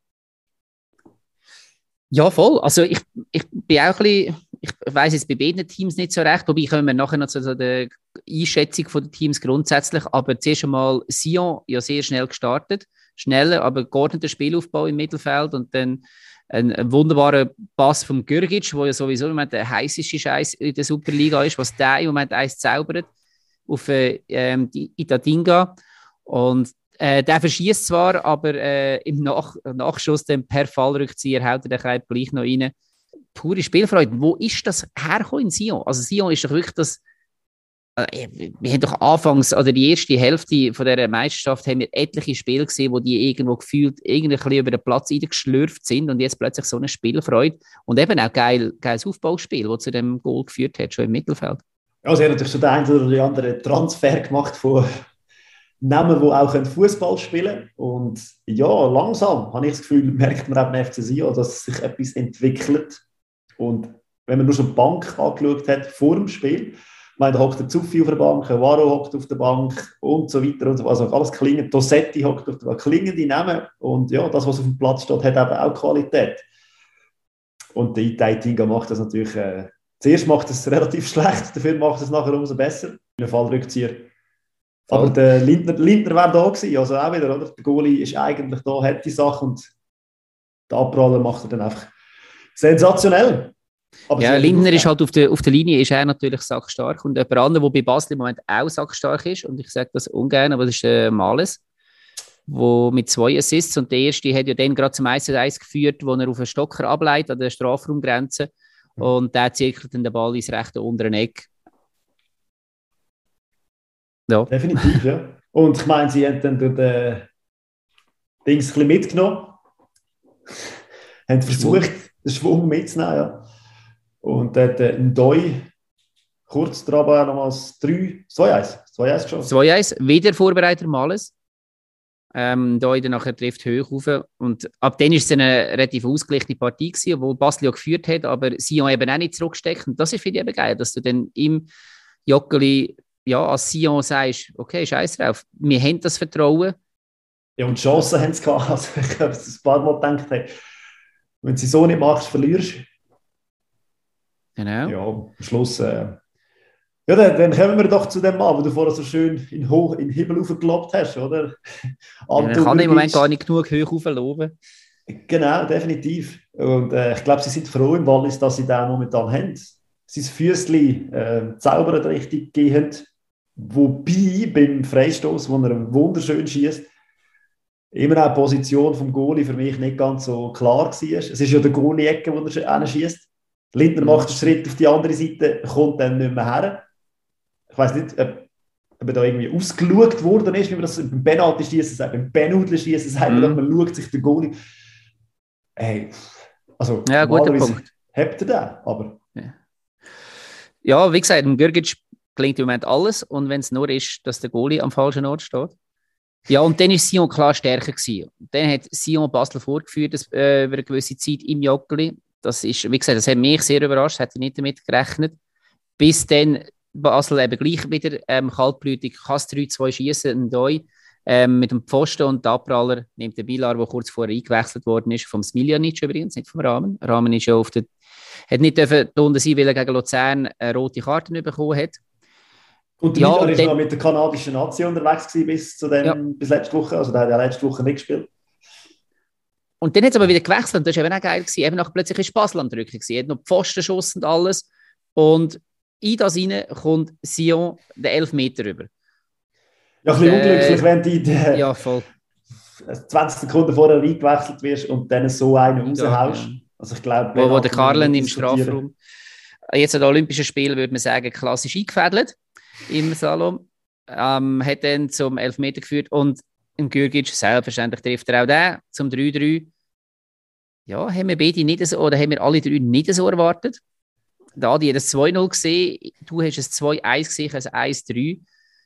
Ja, voll. Also ich, ich bin auch ein bisschen, ich weiss jetzt bei beiden Teams nicht so recht, wobei kommen wir nachher noch zu so der Einschätzung der Teams grundsätzlich, aber zuerst einmal Sion ja sehr schnell gestartet, schneller, aber geordneter Spielaufbau im Mittelfeld und dann ein, ein wunderbarer Pass vom Gürgic, der ja sowieso im Moment der heißeste Scheiß in der Superliga ist, was der im Moment eins zaubert auf äh, die Itadinga und Äh, der verschießt zwar, aber äh, im Nach Nachschuss dann per Fallrückzieher haut er den Kreis gleich noch rein. Pure Spielfreude. Wo ist das hergekommen in Sion? Also Sion ist doch wirklich das... Äh, wir haben doch anfangs, oder die erste Hälfte von dieser Meisterschaft, haben wir etliche Spiele gesehen, wo die irgendwo gefühlt irgendwie ein bisschen über den Platz geschlürft sind und jetzt plötzlich so eine Spielfreude. Und eben auch geil, geiles Aufbauspiel, das zu dem Goal geführt hat, schon im Mittelfeld. Ja, sie haben natürlich schon den einen oder den anderen Transfer gemacht von Namen, die auch Fußball spielen können. Und ja, langsam habe ich das Gefühl, merkt man auch beim F C Sion, dass sich etwas entwickelt. Und wenn man nur schon die Bank angeschaut hat vor dem Spiel, ich meine, da hockt der Zuffi auf der Bank, der Varo hockt auf der Bank und so weiter und so. Also alles klingend. Dossetti hockt auf der Bank, klingende Namen. Und ja, das, was auf dem Platz steht, hat eben auch Qualität. Und der Itaitinga macht das natürlich, äh, zuerst macht es relativ schlecht, dafür macht es nachher umso besser. Ein Fallrückzieher. Aber der Lindner, Lindner wäre da gewesen, also auch wieder, oder? Der Goalie ist eigentlich da, hat die Sache und der Abpraller macht er dann einfach sensationell. Aber ja, Lindner ist halt auf der, auf der Linie ist er natürlich sackstark und jemand anderer, der bei Basel im Moment auch sackstark ist und ich sage das ungern, aber das ist äh, Males, wo mit zwei Assists und der erste hat ja dann gerade zum eins zu eins geführt, wo er auf einen Stocker ableitet an der Strafraumgrenze mhm. und der zirkelt dann den Ball ins rechte untere Eck. Ja. Definitiv, ja. Und ich meine, sie haben dann durch den Dings ein bisschen mitgenommen. haben versucht, den Schwung mitzunehmen, ja. Und dann hat ein Doi kurz dran aber nochmals drei, zwei eins, zwei eins geschossen. zwei eins, wieder Vorbereiter Males. Ähm, Doi dann nachher trifft hoch rauf. Und ab dann war es eine relativ ausgeglichene Partie gewesen, wo Basel ja geführt hat, aber Sion eben auch nicht zurücksteckt. Und das ist für dich eben geil, dass du dann im Joggeli ja, als Sion sagst, okay, scheiß drauf, wir haben das Vertrauen. Ja, und Chancen haben sie gehabt. Also ich habe es ein paar Mal gedacht, hey, wenn du so nicht machst, verlierst du. Genau. Ja, am Schluss... Äh, ja, dann, dann kommen wir doch zu dem Mann, wo du vorher so schön in, Ho- in den Himmel hochgelobt hast, oder? Ja, man kann im Moment gar nicht genug hoch hochloben. Genau, definitiv. Und äh, ich glaube, sie sind froh im Wallis, dass sie den momentan haben. Sein Füßchen äh, zaubern richtig gehend. Wobei beim Freistoß, wo er wunderschön schießt, immer auch die Position vom Goalie für mich nicht ganz so klar war. Es ist ja der Goalie-Ecke, wo er schießt. Lindner macht einen Schritt auf die andere Seite, kommt dann nicht mehr her. Ich weiß nicht, ob, ob er da irgendwie ausgeschaut worden ist, wie man das beim Penalty-Schießen sagt. Beim Penalty-Schießen sagt man, man schaut sich den Goalie. Hey, also ja, guter Punkt. Habt ihr den, aber... Ja. ja, wie gesagt, im Gürgic klingt im Moment alles und wenn es nur ist, dass der Goalie am falschen Ort steht. Ja, und dann war Sion klar stärker gewesen. Dann hat Sion Basel vorgeführt das, äh, über eine gewisse Zeit im Joggeli. Das ist, wie gesagt, das hat mich sehr überrascht, das hätte ich nicht damit gerechnet. Bis dann Basel eben gleich wieder ähm, kaltblütig kann drei zwei schießen, ein Doi ähm, mit dem Pfosten und der Abpraller nimmt den Bilar, der kurz vorher eingewechselt worden ist, vom Smiljanic übrigens, nicht vom Rahmen. Rahmen ist ja auf der, hat nicht dürfen da unten sein, weil er gegen Luzern eine rote Karte bekommen hat. Und der ja, Miller war noch mit der kanadischen Nazi unterwegs gewesen, bis, zu dem, ja. bis letzte Woche, also der hat ja letzte Woche nicht gespielt. Und dann hat es aber wieder gewechselt und das war eben auch geil gewesen. Eben nach plötzlich ist Basel am Drücken gewesen. Er hat noch Pfostenschuss und alles. Und in das rein kommt Sion den Elfmeter rüber. Ja, ein bisschen äh, unglücklich, wenn du die, ja, voll. zwanzig Sekunden vorher eingewechselt wirst und dann so einen raushaust. Ja. Also ich glaube, wo, wo der Karlen im Strafraum. Jetzt an den Olympischen Spielen würde man sagen, klassisch eingefädelt im Slalom. Ähm, hat dann zum Elfmeter geführt und im Gürgic, selbstverständlich trifft er auch den zum drei drei. Ja, haben wir beide nicht so, oder haben wir alle drei nicht so erwartet. Da die hat das zwei null gesehen, du hast es zwei eins gesehen, also eins drei.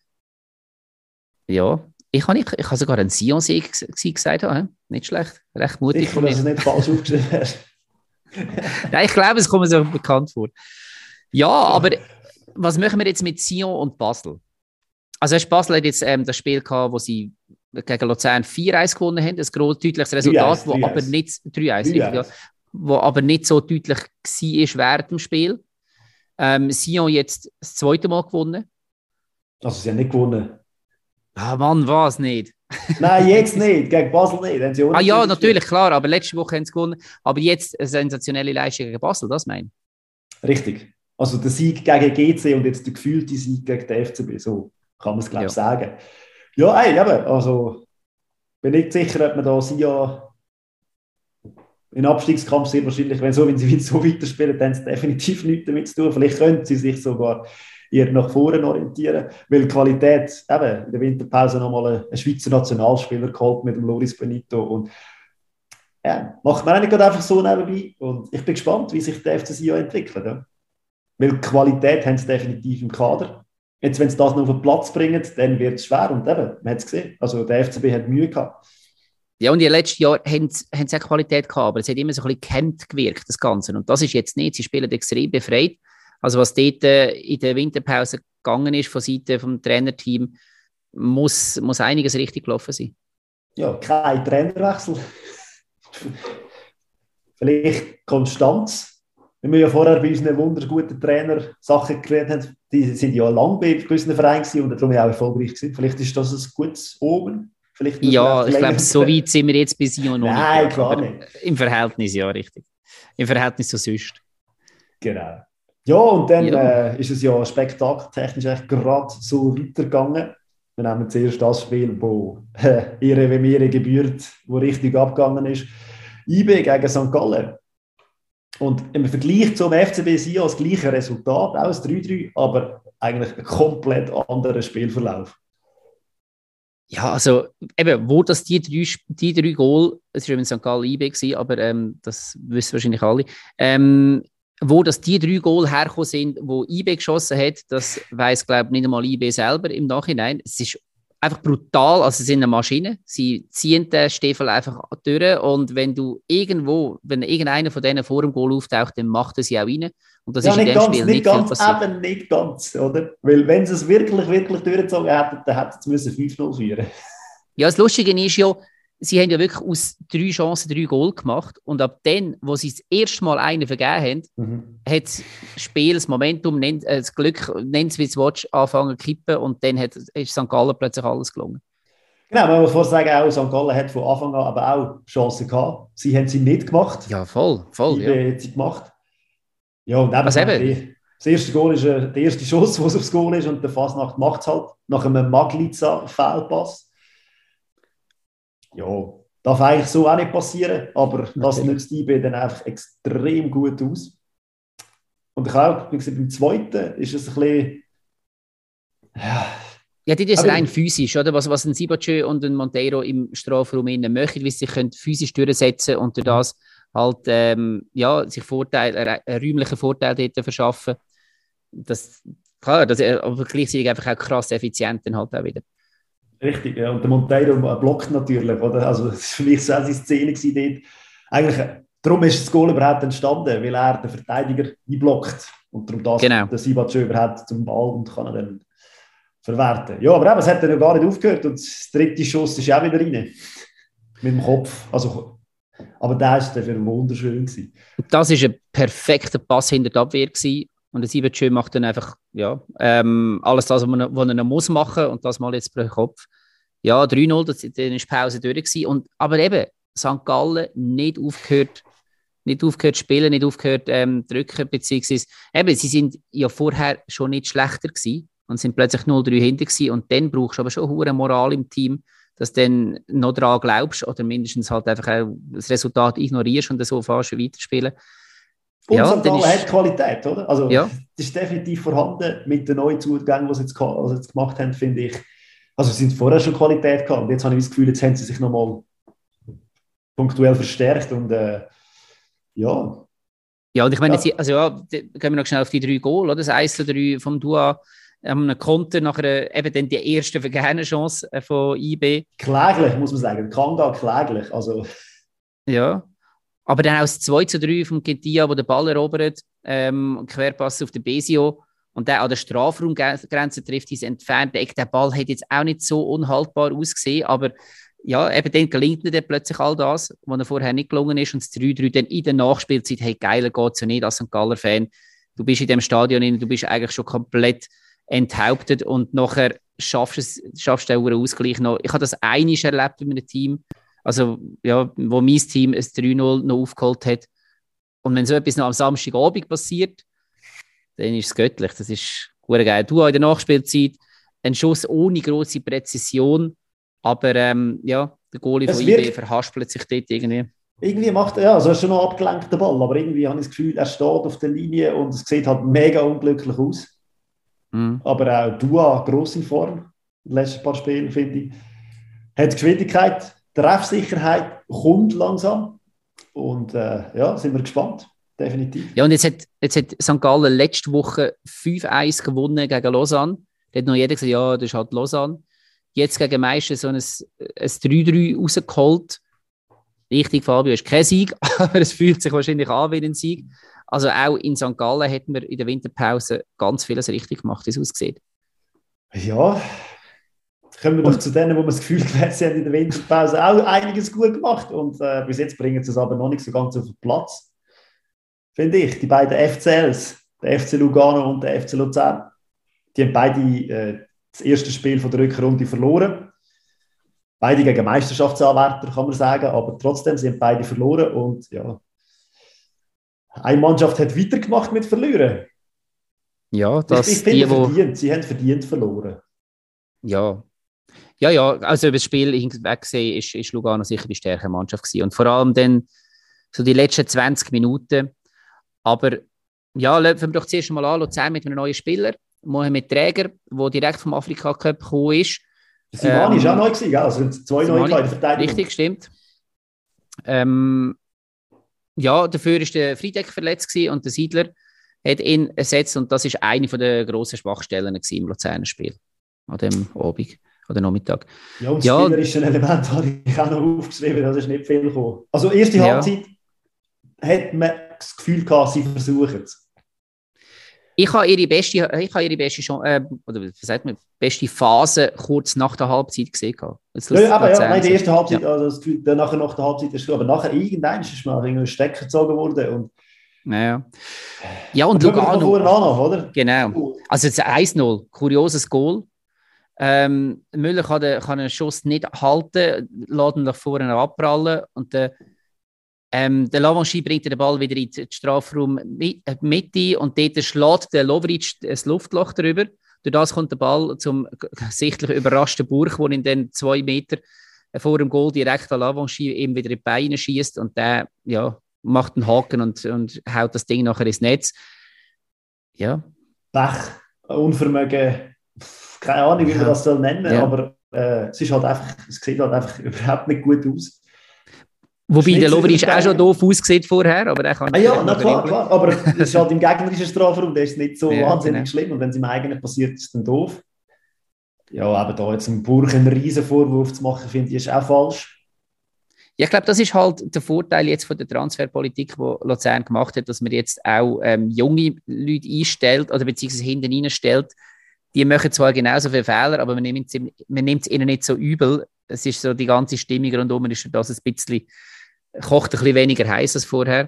Ja, ich habe ich, ich habe sogar einen Sion-Sieg gesagt, he? Nicht schlecht, recht mutig von mir. Dass du es nicht falsch aufgeschrieben hast. Nein, ich glaube, es kommt mir so bekannt vor. Ja, aber was machen wir jetzt mit Sion und Basel? Also Basel hat jetzt ähm, das Spiel gehabt, wo sie gegen Luzern vier eins gewonnen haben, ein groß deutliches Resultat, wo aber nicht drei eins, ja, wo aber nicht so deutlich war während dem Spiel. Ähm, Sion jetzt das zweite Mal gewonnen. Also sie haben nicht gewonnen. Ah Mann, was nicht? Nein, jetzt nicht, gegen Basel nicht. Haben sie ah ja, natürlich, gespielt. Klar, aber letzte Woche haben sie gewonnen. Aber jetzt eine sensationelle Leistung gegen Basel, das meine ich. Richtig. Also der Sieg gegen G C und jetzt der gefühlte Sieg gegen den F C B, so kann man es glaube ich ja. sagen. Ja, ey, eben, also bin nicht sicher, ob man da Sion in Abstiegskampf sehr wahrscheinlich, wenn, so, wenn sie so weiterspielen, dann haben sie definitiv nichts damit zu tun. Vielleicht können sie sich sogar eher nach vorne orientieren, weil Qualität, eben in der Winterpause nochmal einen Schweizer Nationalspieler geholt mit dem Loris Benito und ja, macht man eigentlich gerade einfach so nebenbei und ich bin gespannt, wie sich der F C Sion entwickelt. Ja. Weil Qualität haben sie definitiv im Kader. Jetzt, wenn sie das noch auf den Platz bringen, dann wird es schwer und eben, man hat es gesehen, also der F C B hat Mühe gehabt. Ja, und in den letzten Jahren haben sie, haben sie auch Qualität gehabt, aber es hat immer so ein bisschen gehemmt gewirkt, das Ganze. Und das ist jetzt nicht. Sie spielen extrem befreit. Also was dort äh, in der Winterpause gegangen ist von Seiten des Trainerteams, muss, muss einiges richtig gelaufen sein. Ja, kein Trainerwechsel. Vielleicht Konstanz. Wenn wir ja vorher bei unseren wunderguten Trainer Sachen geredet haben, die sind ja lange bei gewissen Vereinen und darum auch erfolgreich gewesen. Vielleicht ist das ein gutes Omen. Vielleicht ja, ich glaube, so weit sind wir jetzt bei Sion noch Nein, nicht. Klar nicht. Im Verhältnis, ja, richtig. Im Verhältnis zu sonst. Genau. Ja, und dann ja. Äh, ist es ja spektakeltechnisch echt gerade so weitergegangen. Wir nehmen zuerst das Spiel, wo äh, ihre wie mir gebührt, wo richtig abgegangen ist. I B gegen Sankt Gallen. Und im Vergleich zum F C B Sion das gleiche Resultat, auch ein drei drei, aber eigentlich ein komplett anderer Spielverlauf. Ja, also eben, wo das die drei, die drei Goal, es war in Sankt Gallen I B gewesen, aber ähm, das wissen wahrscheinlich alle, ähm, wo das die drei Goal hergekommen sind, wo I B geschossen hat, das weiss, glaube ich, nicht einmal I B selber im Nachhinein. Es ist einfach brutal, also sie sind eine Maschine, sie ziehen den Stiefel einfach durch und wenn du irgendwo, wenn irgendeiner von denen vor dem Goal auftaucht, dann macht er sie auch rein. Und das ja, ist in dem ganz, Spiel nicht, nicht ganz, viel passiert. Eben nicht ganz, oder? Weil wenn sie es wirklich, wirklich durchgezogen hätten, dann hätten sie fünf null führen. Ja, das Lustige ist ja, sie haben ja wirklich aus drei Chancen drei Goal gemacht und ab dann, wo sie das erste Mal einen vergeben haben, mhm. hat das Spiel, das Momentum, äh, das Glück, nennt es wie es willst, angefangen zu kippen und dann hat, ist Sankt Gallen plötzlich alles gelungen. Genau, man muss vorher sagen, auch Sankt Gallen hat von Anfang an aber auch Chancen gehabt. Sie haben sie nicht gemacht. Ja, voll, voll. Die ja. hat sie gemacht. Ja, und eben, Was eben? Das erste Goal ist äh, der erste Schuss, wo es aufs Goal ist und der Fasnacht macht es halt nach einem Magliza-Fehlpass. Ja, darf eigentlich so auch nicht passieren, aber das nützt I B dann einfach extrem gut aus. Und ich auch, wie gesagt, beim zweiten ist es ein bisschen... Ja, ja das ist aber rein physisch, oder? Was, was ein Sibachö und ein Monteiro im Strafraum innen möchten, wie sie sich können physisch durchsetzen und durch das halt ähm, ja, sich Vorteil, einen räumlichen Vorteil dort verschaffen. Das, klar, das, aber gleichzeitig einfach auch krass effizient dann halt auch wieder. Richtig, ja. Und der Monteiro blockt natürlich, oder? Also das war für mich so eine Szene dort. Eigentlich, darum ist das Goal überhaupt entstanden, weil er den Verteidiger einblockt und darum das genau. der Sibachö überhaupt zum Ball und kann er dann verwerten. Ja, aber eben, es hat dann ja gar nicht aufgehört und das dritte Schuss ist auch wieder rein. Mit dem Kopf. Also, aber der war dafür wunderschön gewesen. Das war ein perfekter Pass hinter der Abwehr gewesen. Und der Sibachö macht dann einfach ja, ähm, alles das, was man, was er noch muss machen und das mal jetzt pro Kopf. Ja, drei null, das, dann war die Pause durch gewesen. Und, aber eben, Sankt Gallen nicht aufgehört, nicht aufgehört spielen, nicht aufgehört ähm, drücken, beziehungsweise eben, sie sind ja vorher schon nicht schlechter gewesen und sind plötzlich null drei hinter gewesen und dann brauchst du aber schon hohe Moral im Team, dass du dann noch daran glaubst oder mindestens halt einfach auch das Resultat ignorierst und so fast weiterspielen. Und ja, Sankt Gallen hat Qualität, oder? Also, ja. das ist definitiv vorhanden mit den neuen Zugängen, die sie jetzt, jetzt gemacht haben, finde ich. Also sie sind vorher schon Qualität gehabt und jetzt habe ich das Gefühl, jetzt haben sie sich nochmal punktuell verstärkt und äh, ja. Ja, und ich meine, Ja. jetzt, also ja, gehen wir noch schnell auf die drei Goal, oder? Das eins zu drei vom Dua, ähm, Konter, nachher eben dann die erste vergehene Chance äh, von I B. Kläglich, muss man sagen. Kanga kläglich. Also, Ja. Aber dann auch das zwei zu drei vom Ketia, wo der Ball erobert, ähm, Querpass auf den Besio und der an der Strafraumgrenze trifft, diese entfernte Eck. Der Ball hat jetzt auch nicht so unhaltbar ausgesehen, aber ja, eben dann gelingt ihm plötzlich all das, was er vorher nicht gelungen ist. Und das drei drei dann in der Nachspielzeit, hey, geiler geht es ja nicht als Sankt Galler-Fan. Du bist in dem Stadion rein, du bist eigentlich schon komplett enthauptet und nachher schaffst du schaffst du den Ausgleich noch. Ich habe das einmal erlebt mit einem Team, also ja, wo mein Team ein drei null noch aufgeholt hat. Und wenn so etwas noch am Samstagabend passiert, dann ist es göttlich. Das ist gut geil. Du in der Nachspielzeit ein Schuss ohne grosse Präzision, aber ähm, ja, der Goalie Es von wird- I B verhaspelt sich dort irgendwie. irgendwie macht er, ja, also er ist schon noch abgelenkt, der Ball, aber irgendwie habe ich das Gefühl, er steht auf der Linie und es sieht halt mega unglücklich aus. Mhm. Aber auch Dua, gross in Form, in den letzten paar Spielen, finde ich. Hat Geschwindigkeit, Treffsicherheit, kommt langsam. Und äh, ja, sind wir gespannt, definitiv. Ja, und jetzt hat, jetzt hat Sankt Gallen letzte Woche fünf eins gewonnen gegen Lausanne. Da hat noch jeder gesagt, ja, das ist halt Lausanne. Jetzt gegen Meister so ein, ein drei drei rausgeholt. Richtig, Fabio, ist kein Sieg, aber es fühlt sich wahrscheinlich an wie ein Sieg. Also auch in Sankt Gallen hätten wir in der Winterpause ganz vieles richtig gemacht, wie es aussieht. Ja, kommen wir doch zu denen, wo wir das Gefühl haben, sie haben in der Winterpause auch einiges gut gemacht. Und äh, bis jetzt bringen sie es aber noch nicht so ganz auf den Platz. Finde ich, die beiden F C Ls, der F C Lugano und der F C Luzern, die haben beide äh, das erste Spiel von der Rückrunde verloren. Beide gegen Meisterschaftsanwärter, kann man sagen, aber trotzdem, sie haben beide verloren und ja, eine Mannschaft hat weitergemacht mit Verlieren. Ja, das ich ich die, finde wo, verdient, sie haben verdient verloren. ja. Ja, ja, also über das Spiel hinweg gesehen ist, ist Lugano sicher die stärkere Mannschaft gewesen. Und vor allem dann so die letzten zwanzig Minuten. Aber ja, fangen wir doch zuerst mal an, Luzern mit einem neuen Spieler, Mohamed Träger, der direkt vom Afrika Cup gekommen ist. Simani Ähm, war auch neu gewesen, gell? Also sind zwei neue in der Verteidigung. Richtig, stimmt. Ähm, ja, dafür war der Friedeck verletzt gewesen und der Siedler hat ihn ersetzt und das war eine der grossen Schwachstellen im Luzerner Spiel an dem Abend oder Nachmittag. Ja, und das Ja. spielerische Element habe ich auch noch aufgeschrieben, das ist nicht viel gekommen. Also erste Ja. Halbzeit hat man das Gefühl gehabt, sie versuchen es. Ich habe ihre beste, ich habe ihre beste, Chance, äh, oder wie sagt man, beste Phase kurz nach der Halbzeit gesehen. Jetzt Ja, ja, aber ja, nein, die so. erste Halbzeit, Ja. also das Gefühl, dann nachher nach der Halbzeit ist es, aber nachher irgendwann ist mal irgendwie ein Stecker gezogen worden. Und, Ja, ja und und schauen wir doch mal Lugano. vorne an, noch, oder? Genau. Also jetzt eins null, kurioses Goal. Ähm, Müller kann den, kann einen Schuss nicht halten, lässt ihn nach vorne abprallen und der, ähm, der Lavanchy bringt den Ball wieder in die Strafraum-Mitte und dort schlägt der Lovric das Luftloch drüber. Durch das kommt der Ball zum sichtlich überraschten Burg, der ihn dann zwei Meter vor dem Goal direkt an Lavanchy eben wieder in die Beine schießt und der ja, macht einen Haken und, und haut das Ding nachher ins Netz. Ja. Pech, Unvermögen, keine Ahnung, wie man Ja. das soll nennen, Ja. aber äh, es, ist halt einfach, es sieht halt einfach überhaupt nicht gut aus. Wobei der Schnitzel Lovric dabei. auch schon doof aussieht vorher, aber der kann Ah ja, vielleicht na noch klar, dribbeln. klar, aber es ist halt im gegnerischen Strafraum, der ist nicht so Ja, wahnsinnig genau. schlimm und wenn es im eigenen passiert, ist es dann doof. Ja, aber da jetzt einem Burg einen riesen Vorwurf zu machen, finde ich, ist auch falsch. Ja, ich glaube, das ist halt der Vorteil jetzt von der Transferpolitik, die Luzern gemacht hat, dass man jetzt auch ähm, junge Leute einstellt oder beziehungsweise hinten reinstellt. Die machen zwar genauso viele Fehler, aber man nimmt es man nimmt es ihnen nicht so übel. Es ist so, die ganze Stimmung rundherum ist das ein bisschen, kocht ein bisschen weniger heiß als vorher.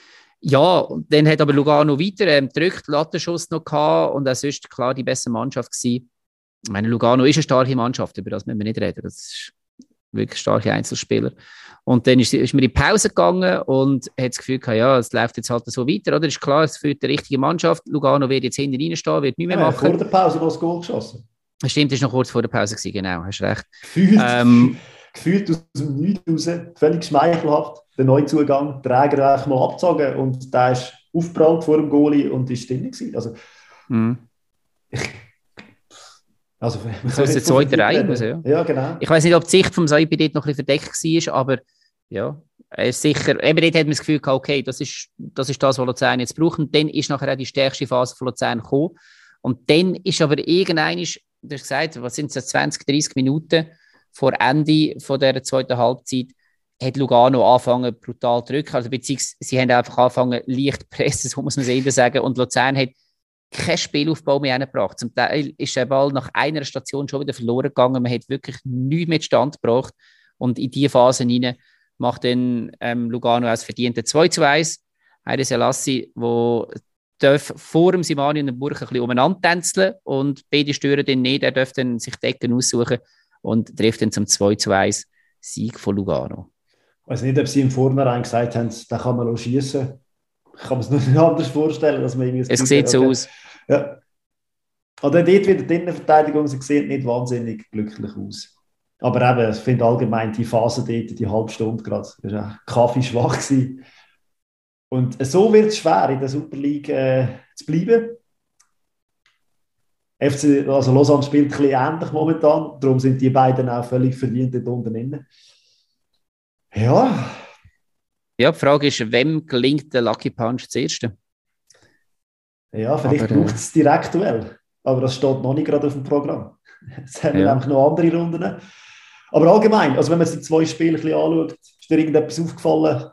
Ja, und dann hat aber Lugano weiter ähm, gedrückt, Lattenschuss noch gehabt und auch sonst klar die bessere Mannschaft gewesen. Ich meine, Lugano ist eine starke Mannschaft, über das müssen wir nicht reden. Das ist wirklich starke Einzelspieler. Und dann ist, ist mir in die Pause gegangen und hat das Gefühl gehabt, ja, es läuft jetzt halt so weiter, oder? Ist klar, es führt die richtige Mannschaft. Lugano wird jetzt hinten reinstehen, wird nichts mehr Ja, machen. vor der Pause noch das Goal geschossen. Stimmt, das war noch kurz vor der Pause gewesen, genau, hast recht. Gefühlt, Ähm, gefühlt aus dem Nichts raus, völlig schmeichelhaft, der Neuzugang, Träger einfach mal abgezogen und der ist aufgeprallt vor dem Goalie und ist drin gewesen. Also, mh. Also, so aus der zweiten Reihe. Also, ja. ja, genau. Ich weiß nicht, ob die Sicht vom Saibi dort noch ein bisschen verdeckt war, aber ja, er ist sicher, eben dort hat man das Gefühl gehabt, okay, das ist, das ist das, was Luzern jetzt braucht. Und dann ist nachher auch die stärkste Phase von Luzern gekommen. Und dann ist aber irgendein, du hast gesagt, was sind es, zwanzig, dreißig Minuten vor Ende von dieser zweiten Halbzeit, hat Lugano angefangen, brutal zu drücken. Also beziehungsweise sie haben einfach angefangen, leicht zu pressen, so muss man es eben sagen. Und Luzern hat keinen Spielaufbau mehr hingebracht. Zum Teil ist der Ball nach einer Station schon wieder verloren gegangen. Man hat wirklich nichts mehr Stand gebracht. Und in diese Phase hinein macht dann ähm, Lugano als verdiente zwei zu eins. Heide Selassie, der darf vor dem Simani und dem Burg ein bisschen umeinander tänzeln und beide stören dann nicht. Er darf dann sich Decken aussuchen und trifft dann zum zwei zu eins Sieg von Lugano. Ich weiß nicht, ob Sie im Vornherein gesagt haben, da kann man auch schiessen. Ich kann mir es nicht anders vorstellen, dass man irgendwie... Es sieht so aus. Ja. Oder dort wieder die Innenverteidigung, sie sieht nicht wahnsinnig glücklich aus. Aber eben, ich finde allgemein die Phase dort, die halbe Stunde gerade, das war auch kaffeeschwach gewesen. Und so wird es schwer, in der Super League äh, zu bleiben. F C, also Lausanne spielt ein bisschen ähnlich momentan, darum sind die beiden auch völlig verdient dort unten drin. Ja. Ja, die Frage ist, wem gelingt der Lucky Punch zuerst? Ja, vielleicht braucht es äh, Direktduell, aber das steht noch nicht gerade auf dem Programm. Jetzt haben wir ja. nämlich noch andere Runden. Aber allgemein, also wenn man sich die zwei Spiele ein bisschen anschaut, ist dir irgendetwas aufgefallen?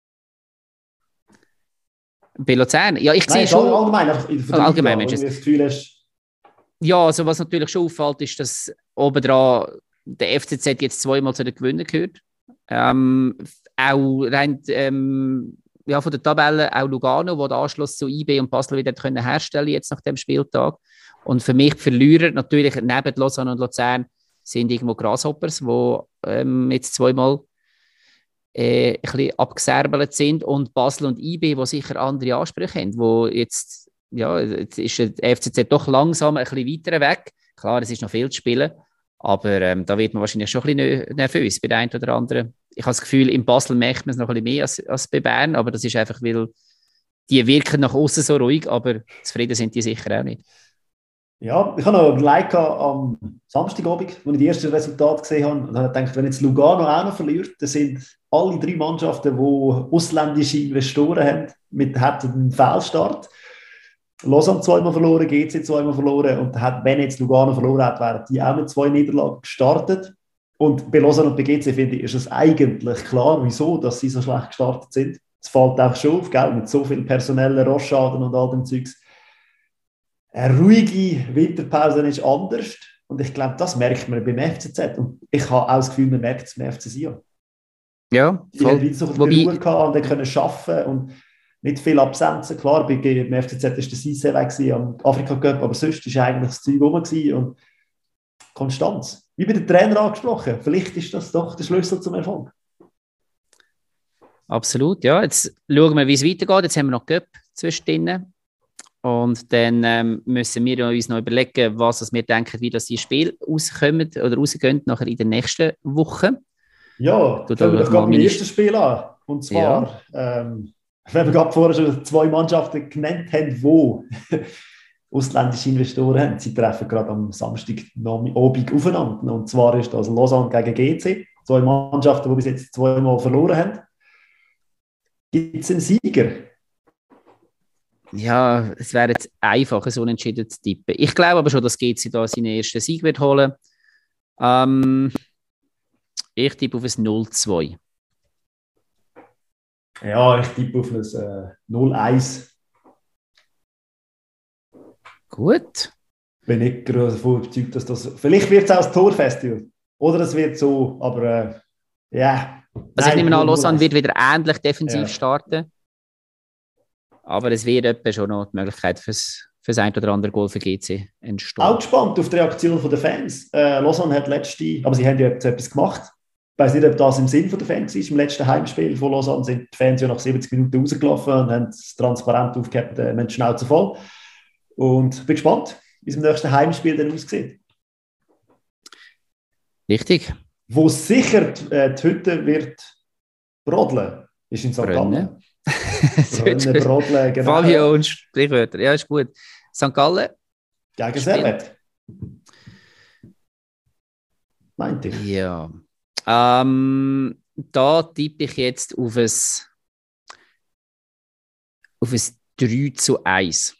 Bei Luzern? Ja, ich Nein, sehe schon... allgemein, einfach in der allgemein, Liga, das Gefühl hast... Ja, also was natürlich schon auffällt, ist, dass obendran der F C Z jetzt zweimal zu den Gewinnern gehört. Ähm, auch rein ähm, ja, von der Tabelle auch Lugano, wo der Anschluss zu I B und Basel wieder können herstellen jetzt nach dem Spieltag. Und für mich die Verlierer natürlich neben Lausanne und Luzern sind irgendwo Grasshoppers, die ähm, jetzt zweimal äh, ein bisschen abgesärbelt sind, und Basel und I B, die sicher andere Ansprüche haben, wo jetzt, ja, jetzt ist der F C Z doch langsam ein bisschen weiter weg. Klar, es ist noch viel zu spielen, aber ähm, da wird man wahrscheinlich schon ein bisschen nervös bei der einen oder anderen. Ich habe das Gefühl, in Basel merkt man es noch ein bisschen mehr als, als bei Bern, aber das ist einfach, weil die wirken nach außen so ruhig, aber zufrieden sind die sicher auch nicht. Ja, ich habe noch ein Like am Samstagabend, als ich die ersten Resultate gesehen habe. Und habe gedacht, wenn jetzt Lugano auch noch verliert, dann sind alle drei Mannschaften, die ausländische Investoren haben, mit einem Fehlstart. Lausanne zweimal verloren, G C zweimal verloren, und hat, wenn jetzt Lugano verloren hat, wären die auch mit zwei Niederlagen gestartet. Und bei Lausanne und bei G C, finde ich, ist es eigentlich klar, wieso dass sie so schlecht gestartet sind. Es fällt auch schon auf, gell, mit so viel personellen Rostschaden und all dem Zeugs. Eine ruhige Winterpause ist anders, und ich glaube, das merkt man beim F C Z. Und ich habe auch das Gefühl, man merkt es beim F C Sion. Ja, die haben wieder so viel Ruhe gehabt und dann können arbeiten und nicht viel Absenzen. Klar, beim F C Z war der Cissé weg am Afrika Cup, aber sonst war eigentlich das Zeug rum und Konstanz. Wie bei den Trainer angesprochen, vielleicht ist das doch der Schlüssel zum Erfolg. Absolut, ja. Jetzt schauen wir, wie es weitergeht. Jetzt haben wir noch Cup zwischendrin. Und dann ähm, müssen wir uns noch überlegen, was wir denken, wie das die Spiele rauskommen oder rausgehen nachher in der nächsten Woche. Ja, du fangen wir doch gerade mit dem ersten Spiel an. Und zwar, ja. ähm, wenn wir gerade vorher schon zwei Mannschaften genannt haben, die ausländische Investoren haben. Sie treffen gerade am Samstag Abend aufeinander. Und zwar ist das Lausanne gegen G C. Zwei Mannschaften, die bis jetzt zweimal verloren haben. Gibt es einen Sieger? Ja, es wäre jetzt einfach, so unentschieden zu tippen. Ich glaube aber schon, dass G C da seinen ersten Sieg wird holen. Ähm, ich tippe auf ein null zwei. Ja, ich tippe auf ein äh, null eins. Gut. Bin nicht gerade davon überzeugt, dass das... Vielleicht wird es auch das Torfestival. Oder es wird so, aber ja. Äh, yeah. Also Nein, ich nehme an, Lausanne wird wieder ähnlich defensiv ja. starten. Aber es wird etwa schon noch die Möglichkeit fürs, fürs ein oder andere Goal für G C entstehen. Auch gespannt auf die Reaktion der Fans. Äh, Lausanne hat letzte... Aber sie haben ja jetzt etwas gemacht. Ich weiß nicht, ob das im Sinn der Fans war. Im letzten Heimspiel von Lausanne sind die Fans ja nach siebzig Minuten rausgelaufen und haben das transparent aufgehabt, äh, haben die Schnauze voll. Und bin gespannt, wie es im nächsten Heimspiel dann aussieht. Richtig. Wo sicher äh, die Hütte wird brodeln, ist in Sankt Gallen. Brünne, brodeln, genau. Fabio und Sprichwörter, ja, ist gut. Sankt Gallen. Gegen Servet. meinte ich. Ja. Ähm, da tippe ich jetzt auf ein, auf ein drei zu eins.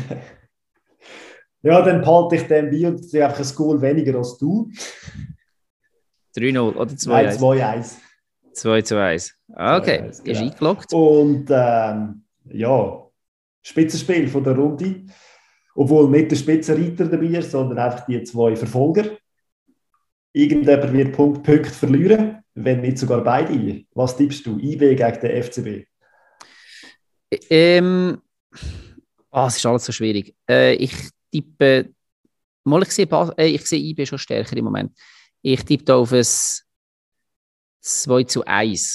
Ja, dann behalte ich den bei und sehe einfach ein Goal weniger als du. drei null oder zwei Nein, eins? zwei eins. zwei zu eins. Okay, zwei eins, ist genau. eingeloggt. Und ähm, ja, Spitzenspiel von der Runde. Obwohl nicht der Spitzenreiter dabei ist, sondern einfach die zwei Verfolger. Irgendjemand wird Punkt, Punkte verlieren, wenn nicht sogar beide. Was tippst du? I B gegen den F C B? Ähm, oh, es ist alles so schwierig. Äh, ich tippe, mal ich sehe, Bas- äh, ich sehe I B schon stärker im Moment. Ich tippe da auf ein zwei zu eins.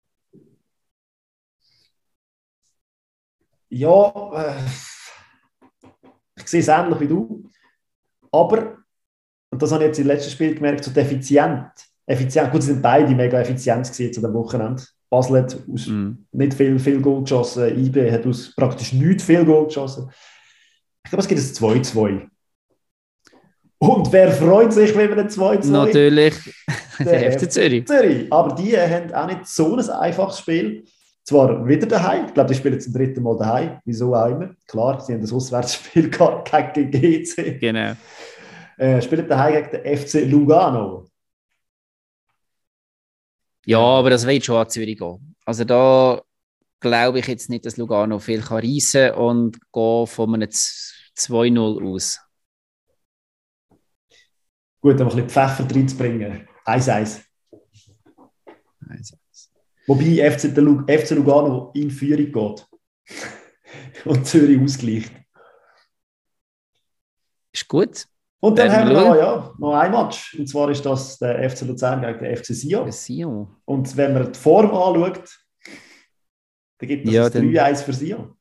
Ja, äh, ich sehe es ähnlich wie du. Aber, und das habe ich jetzt im letzten Spiel gemerkt, so effizient. effizient. Gut, sie sind beide mega effizient gewesen zu dem Wochenende. Basel hat aus Mm. nicht viel, viel Goal geschossen. I B hat aus praktisch nichts viel Goal geschossen. Ich glaube, es gibt ein zwei zwei. Und wer freut sich, wenn wir ein zwei zwei? Natürlich der, Der F C Zürich. Zürich. Aber die haben auch nicht so ein einfaches Spiel. Zwar wieder daheim. Ich glaube, die spielen zum dritten Mal daheim. Wieso auch immer. Klar, sie haben das Auswärtsspiel gehabt gegen G C. Genau. Äh, spielen daheim gegen den F C Lugano. Ja, aber das wird schon an Zürich gehen. Also da glaube ich jetzt nicht, dass Lugano viel kann reissen kann und gehe von einem zwei null aus. Gut, um ein bisschen Pfeffer reinzubringen. eins eins. Wobei F C, der Lu- F C Lugano in Führung geht. Und Zürich ausgleicht. Ist gut. Und dann Werden haben wir wir noch, schauen. ja, noch ein Match. Und zwar ist das der F C Luzern gegen den F C Sion. Sion. Und wenn man die Form anschaut, dann gibt es Ja, ein dann- drei eins für Sion.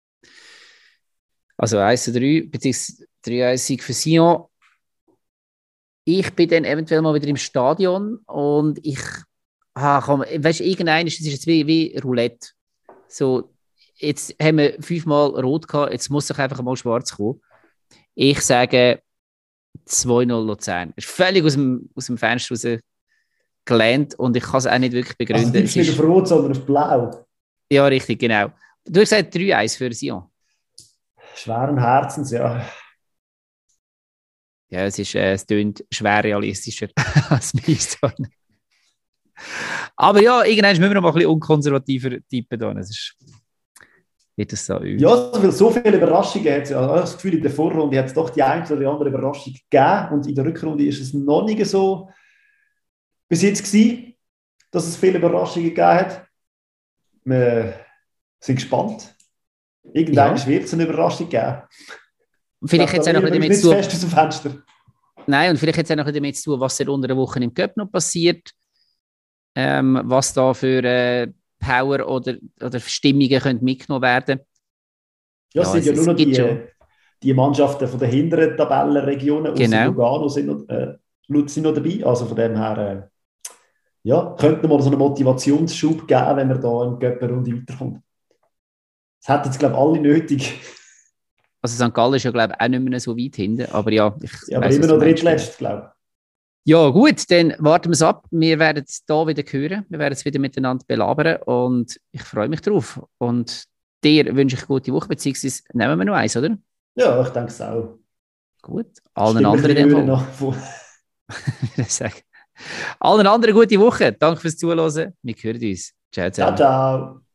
Also eins zu drei, beziehungsweise drei eins Sieg für Sion. Ich bin dann eventuell mal wieder im Stadion und ich, ah, komm, weißt du, irgendein ist es jetzt wie, wie Roulette. So, jetzt haben wir fünfmal rot gehabt, jetzt muss doch einfach mal schwarz kommen. Ich sage zwei null Luzern. Ist völlig aus dem, aus dem Fenster raus gelernt und ich kann es auch nicht wirklich Also begründen. du Es bist nicht ist, auf Rot, sondern auf Blau. ja, richtig, genau. Du hast gesagt drei eins für Sion. Schweren Herzens, ja. Ja, es ist, äh, es tönt schwer realistischer als Milestone. Aber ja, irgendwann müssen wir noch mal ein bisschen unkonservativer tippen. Da. Es ist, wird das so übel. Ja, so viel- so viele Überraschungen hat es. Ja. Ich habe das Gefühl, in der Vorrunde hat es doch die eine oder die andere Überraschung gegeben. Und in der Rückrunde ist es noch nicht so bis jetzt gewesen, dass es viele Überraschungen gegeben hat. Wir sind gespannt. Irgendwann Ja. wird es eine Überraschung geben. Vielleicht jetzt auch noch ein bisschen damit nicht zu zu tun. fest aus dem Fenster. Nein, und vielleicht jetzt auch noch ein bisschen damit zu tun, was unter der Woche im Cup noch passiert. Ähm, was da für äh, Power oder, oder Stimmungen können mitgenommen werden. Ja, Ja, es sind es- ja nur es noch gibt die, schon. die Mannschaften von den hinteren Tabellenregionen aus Genau. Lugano sind noch, äh, sind noch dabei. Also von dem her, äh, ja, könnte man so einen Motivationsschub geben, wenn man da in die Cup-Runde weiterkommt. Das hätten jetzt, glaube ich, alle nötig. Also Sankt Gallen ist ja, glaube ich, auch nicht mehr so weit hinten. Aber ja, ich Ja, aber weiss, immer was noch du meinst. drittletzt, glaube Ja, gut, dann warten wir es ab. Wir werden es hier wieder hören. Wir werden es wieder miteinander belabern und ich freue mich drauf. Und dir wünsche ich eine gute Woche, beziehungsweise nehmen wir noch eins, oder? ich. Ja, ich denke es auch. Gut. Allen Stimme anderen ein in bisschen dem höher Fall. nach- Ich sage, allen anderen gute Woche. Danke fürs Zuhören. Wir hören uns. Ciao, Ciao, ciao. ciao.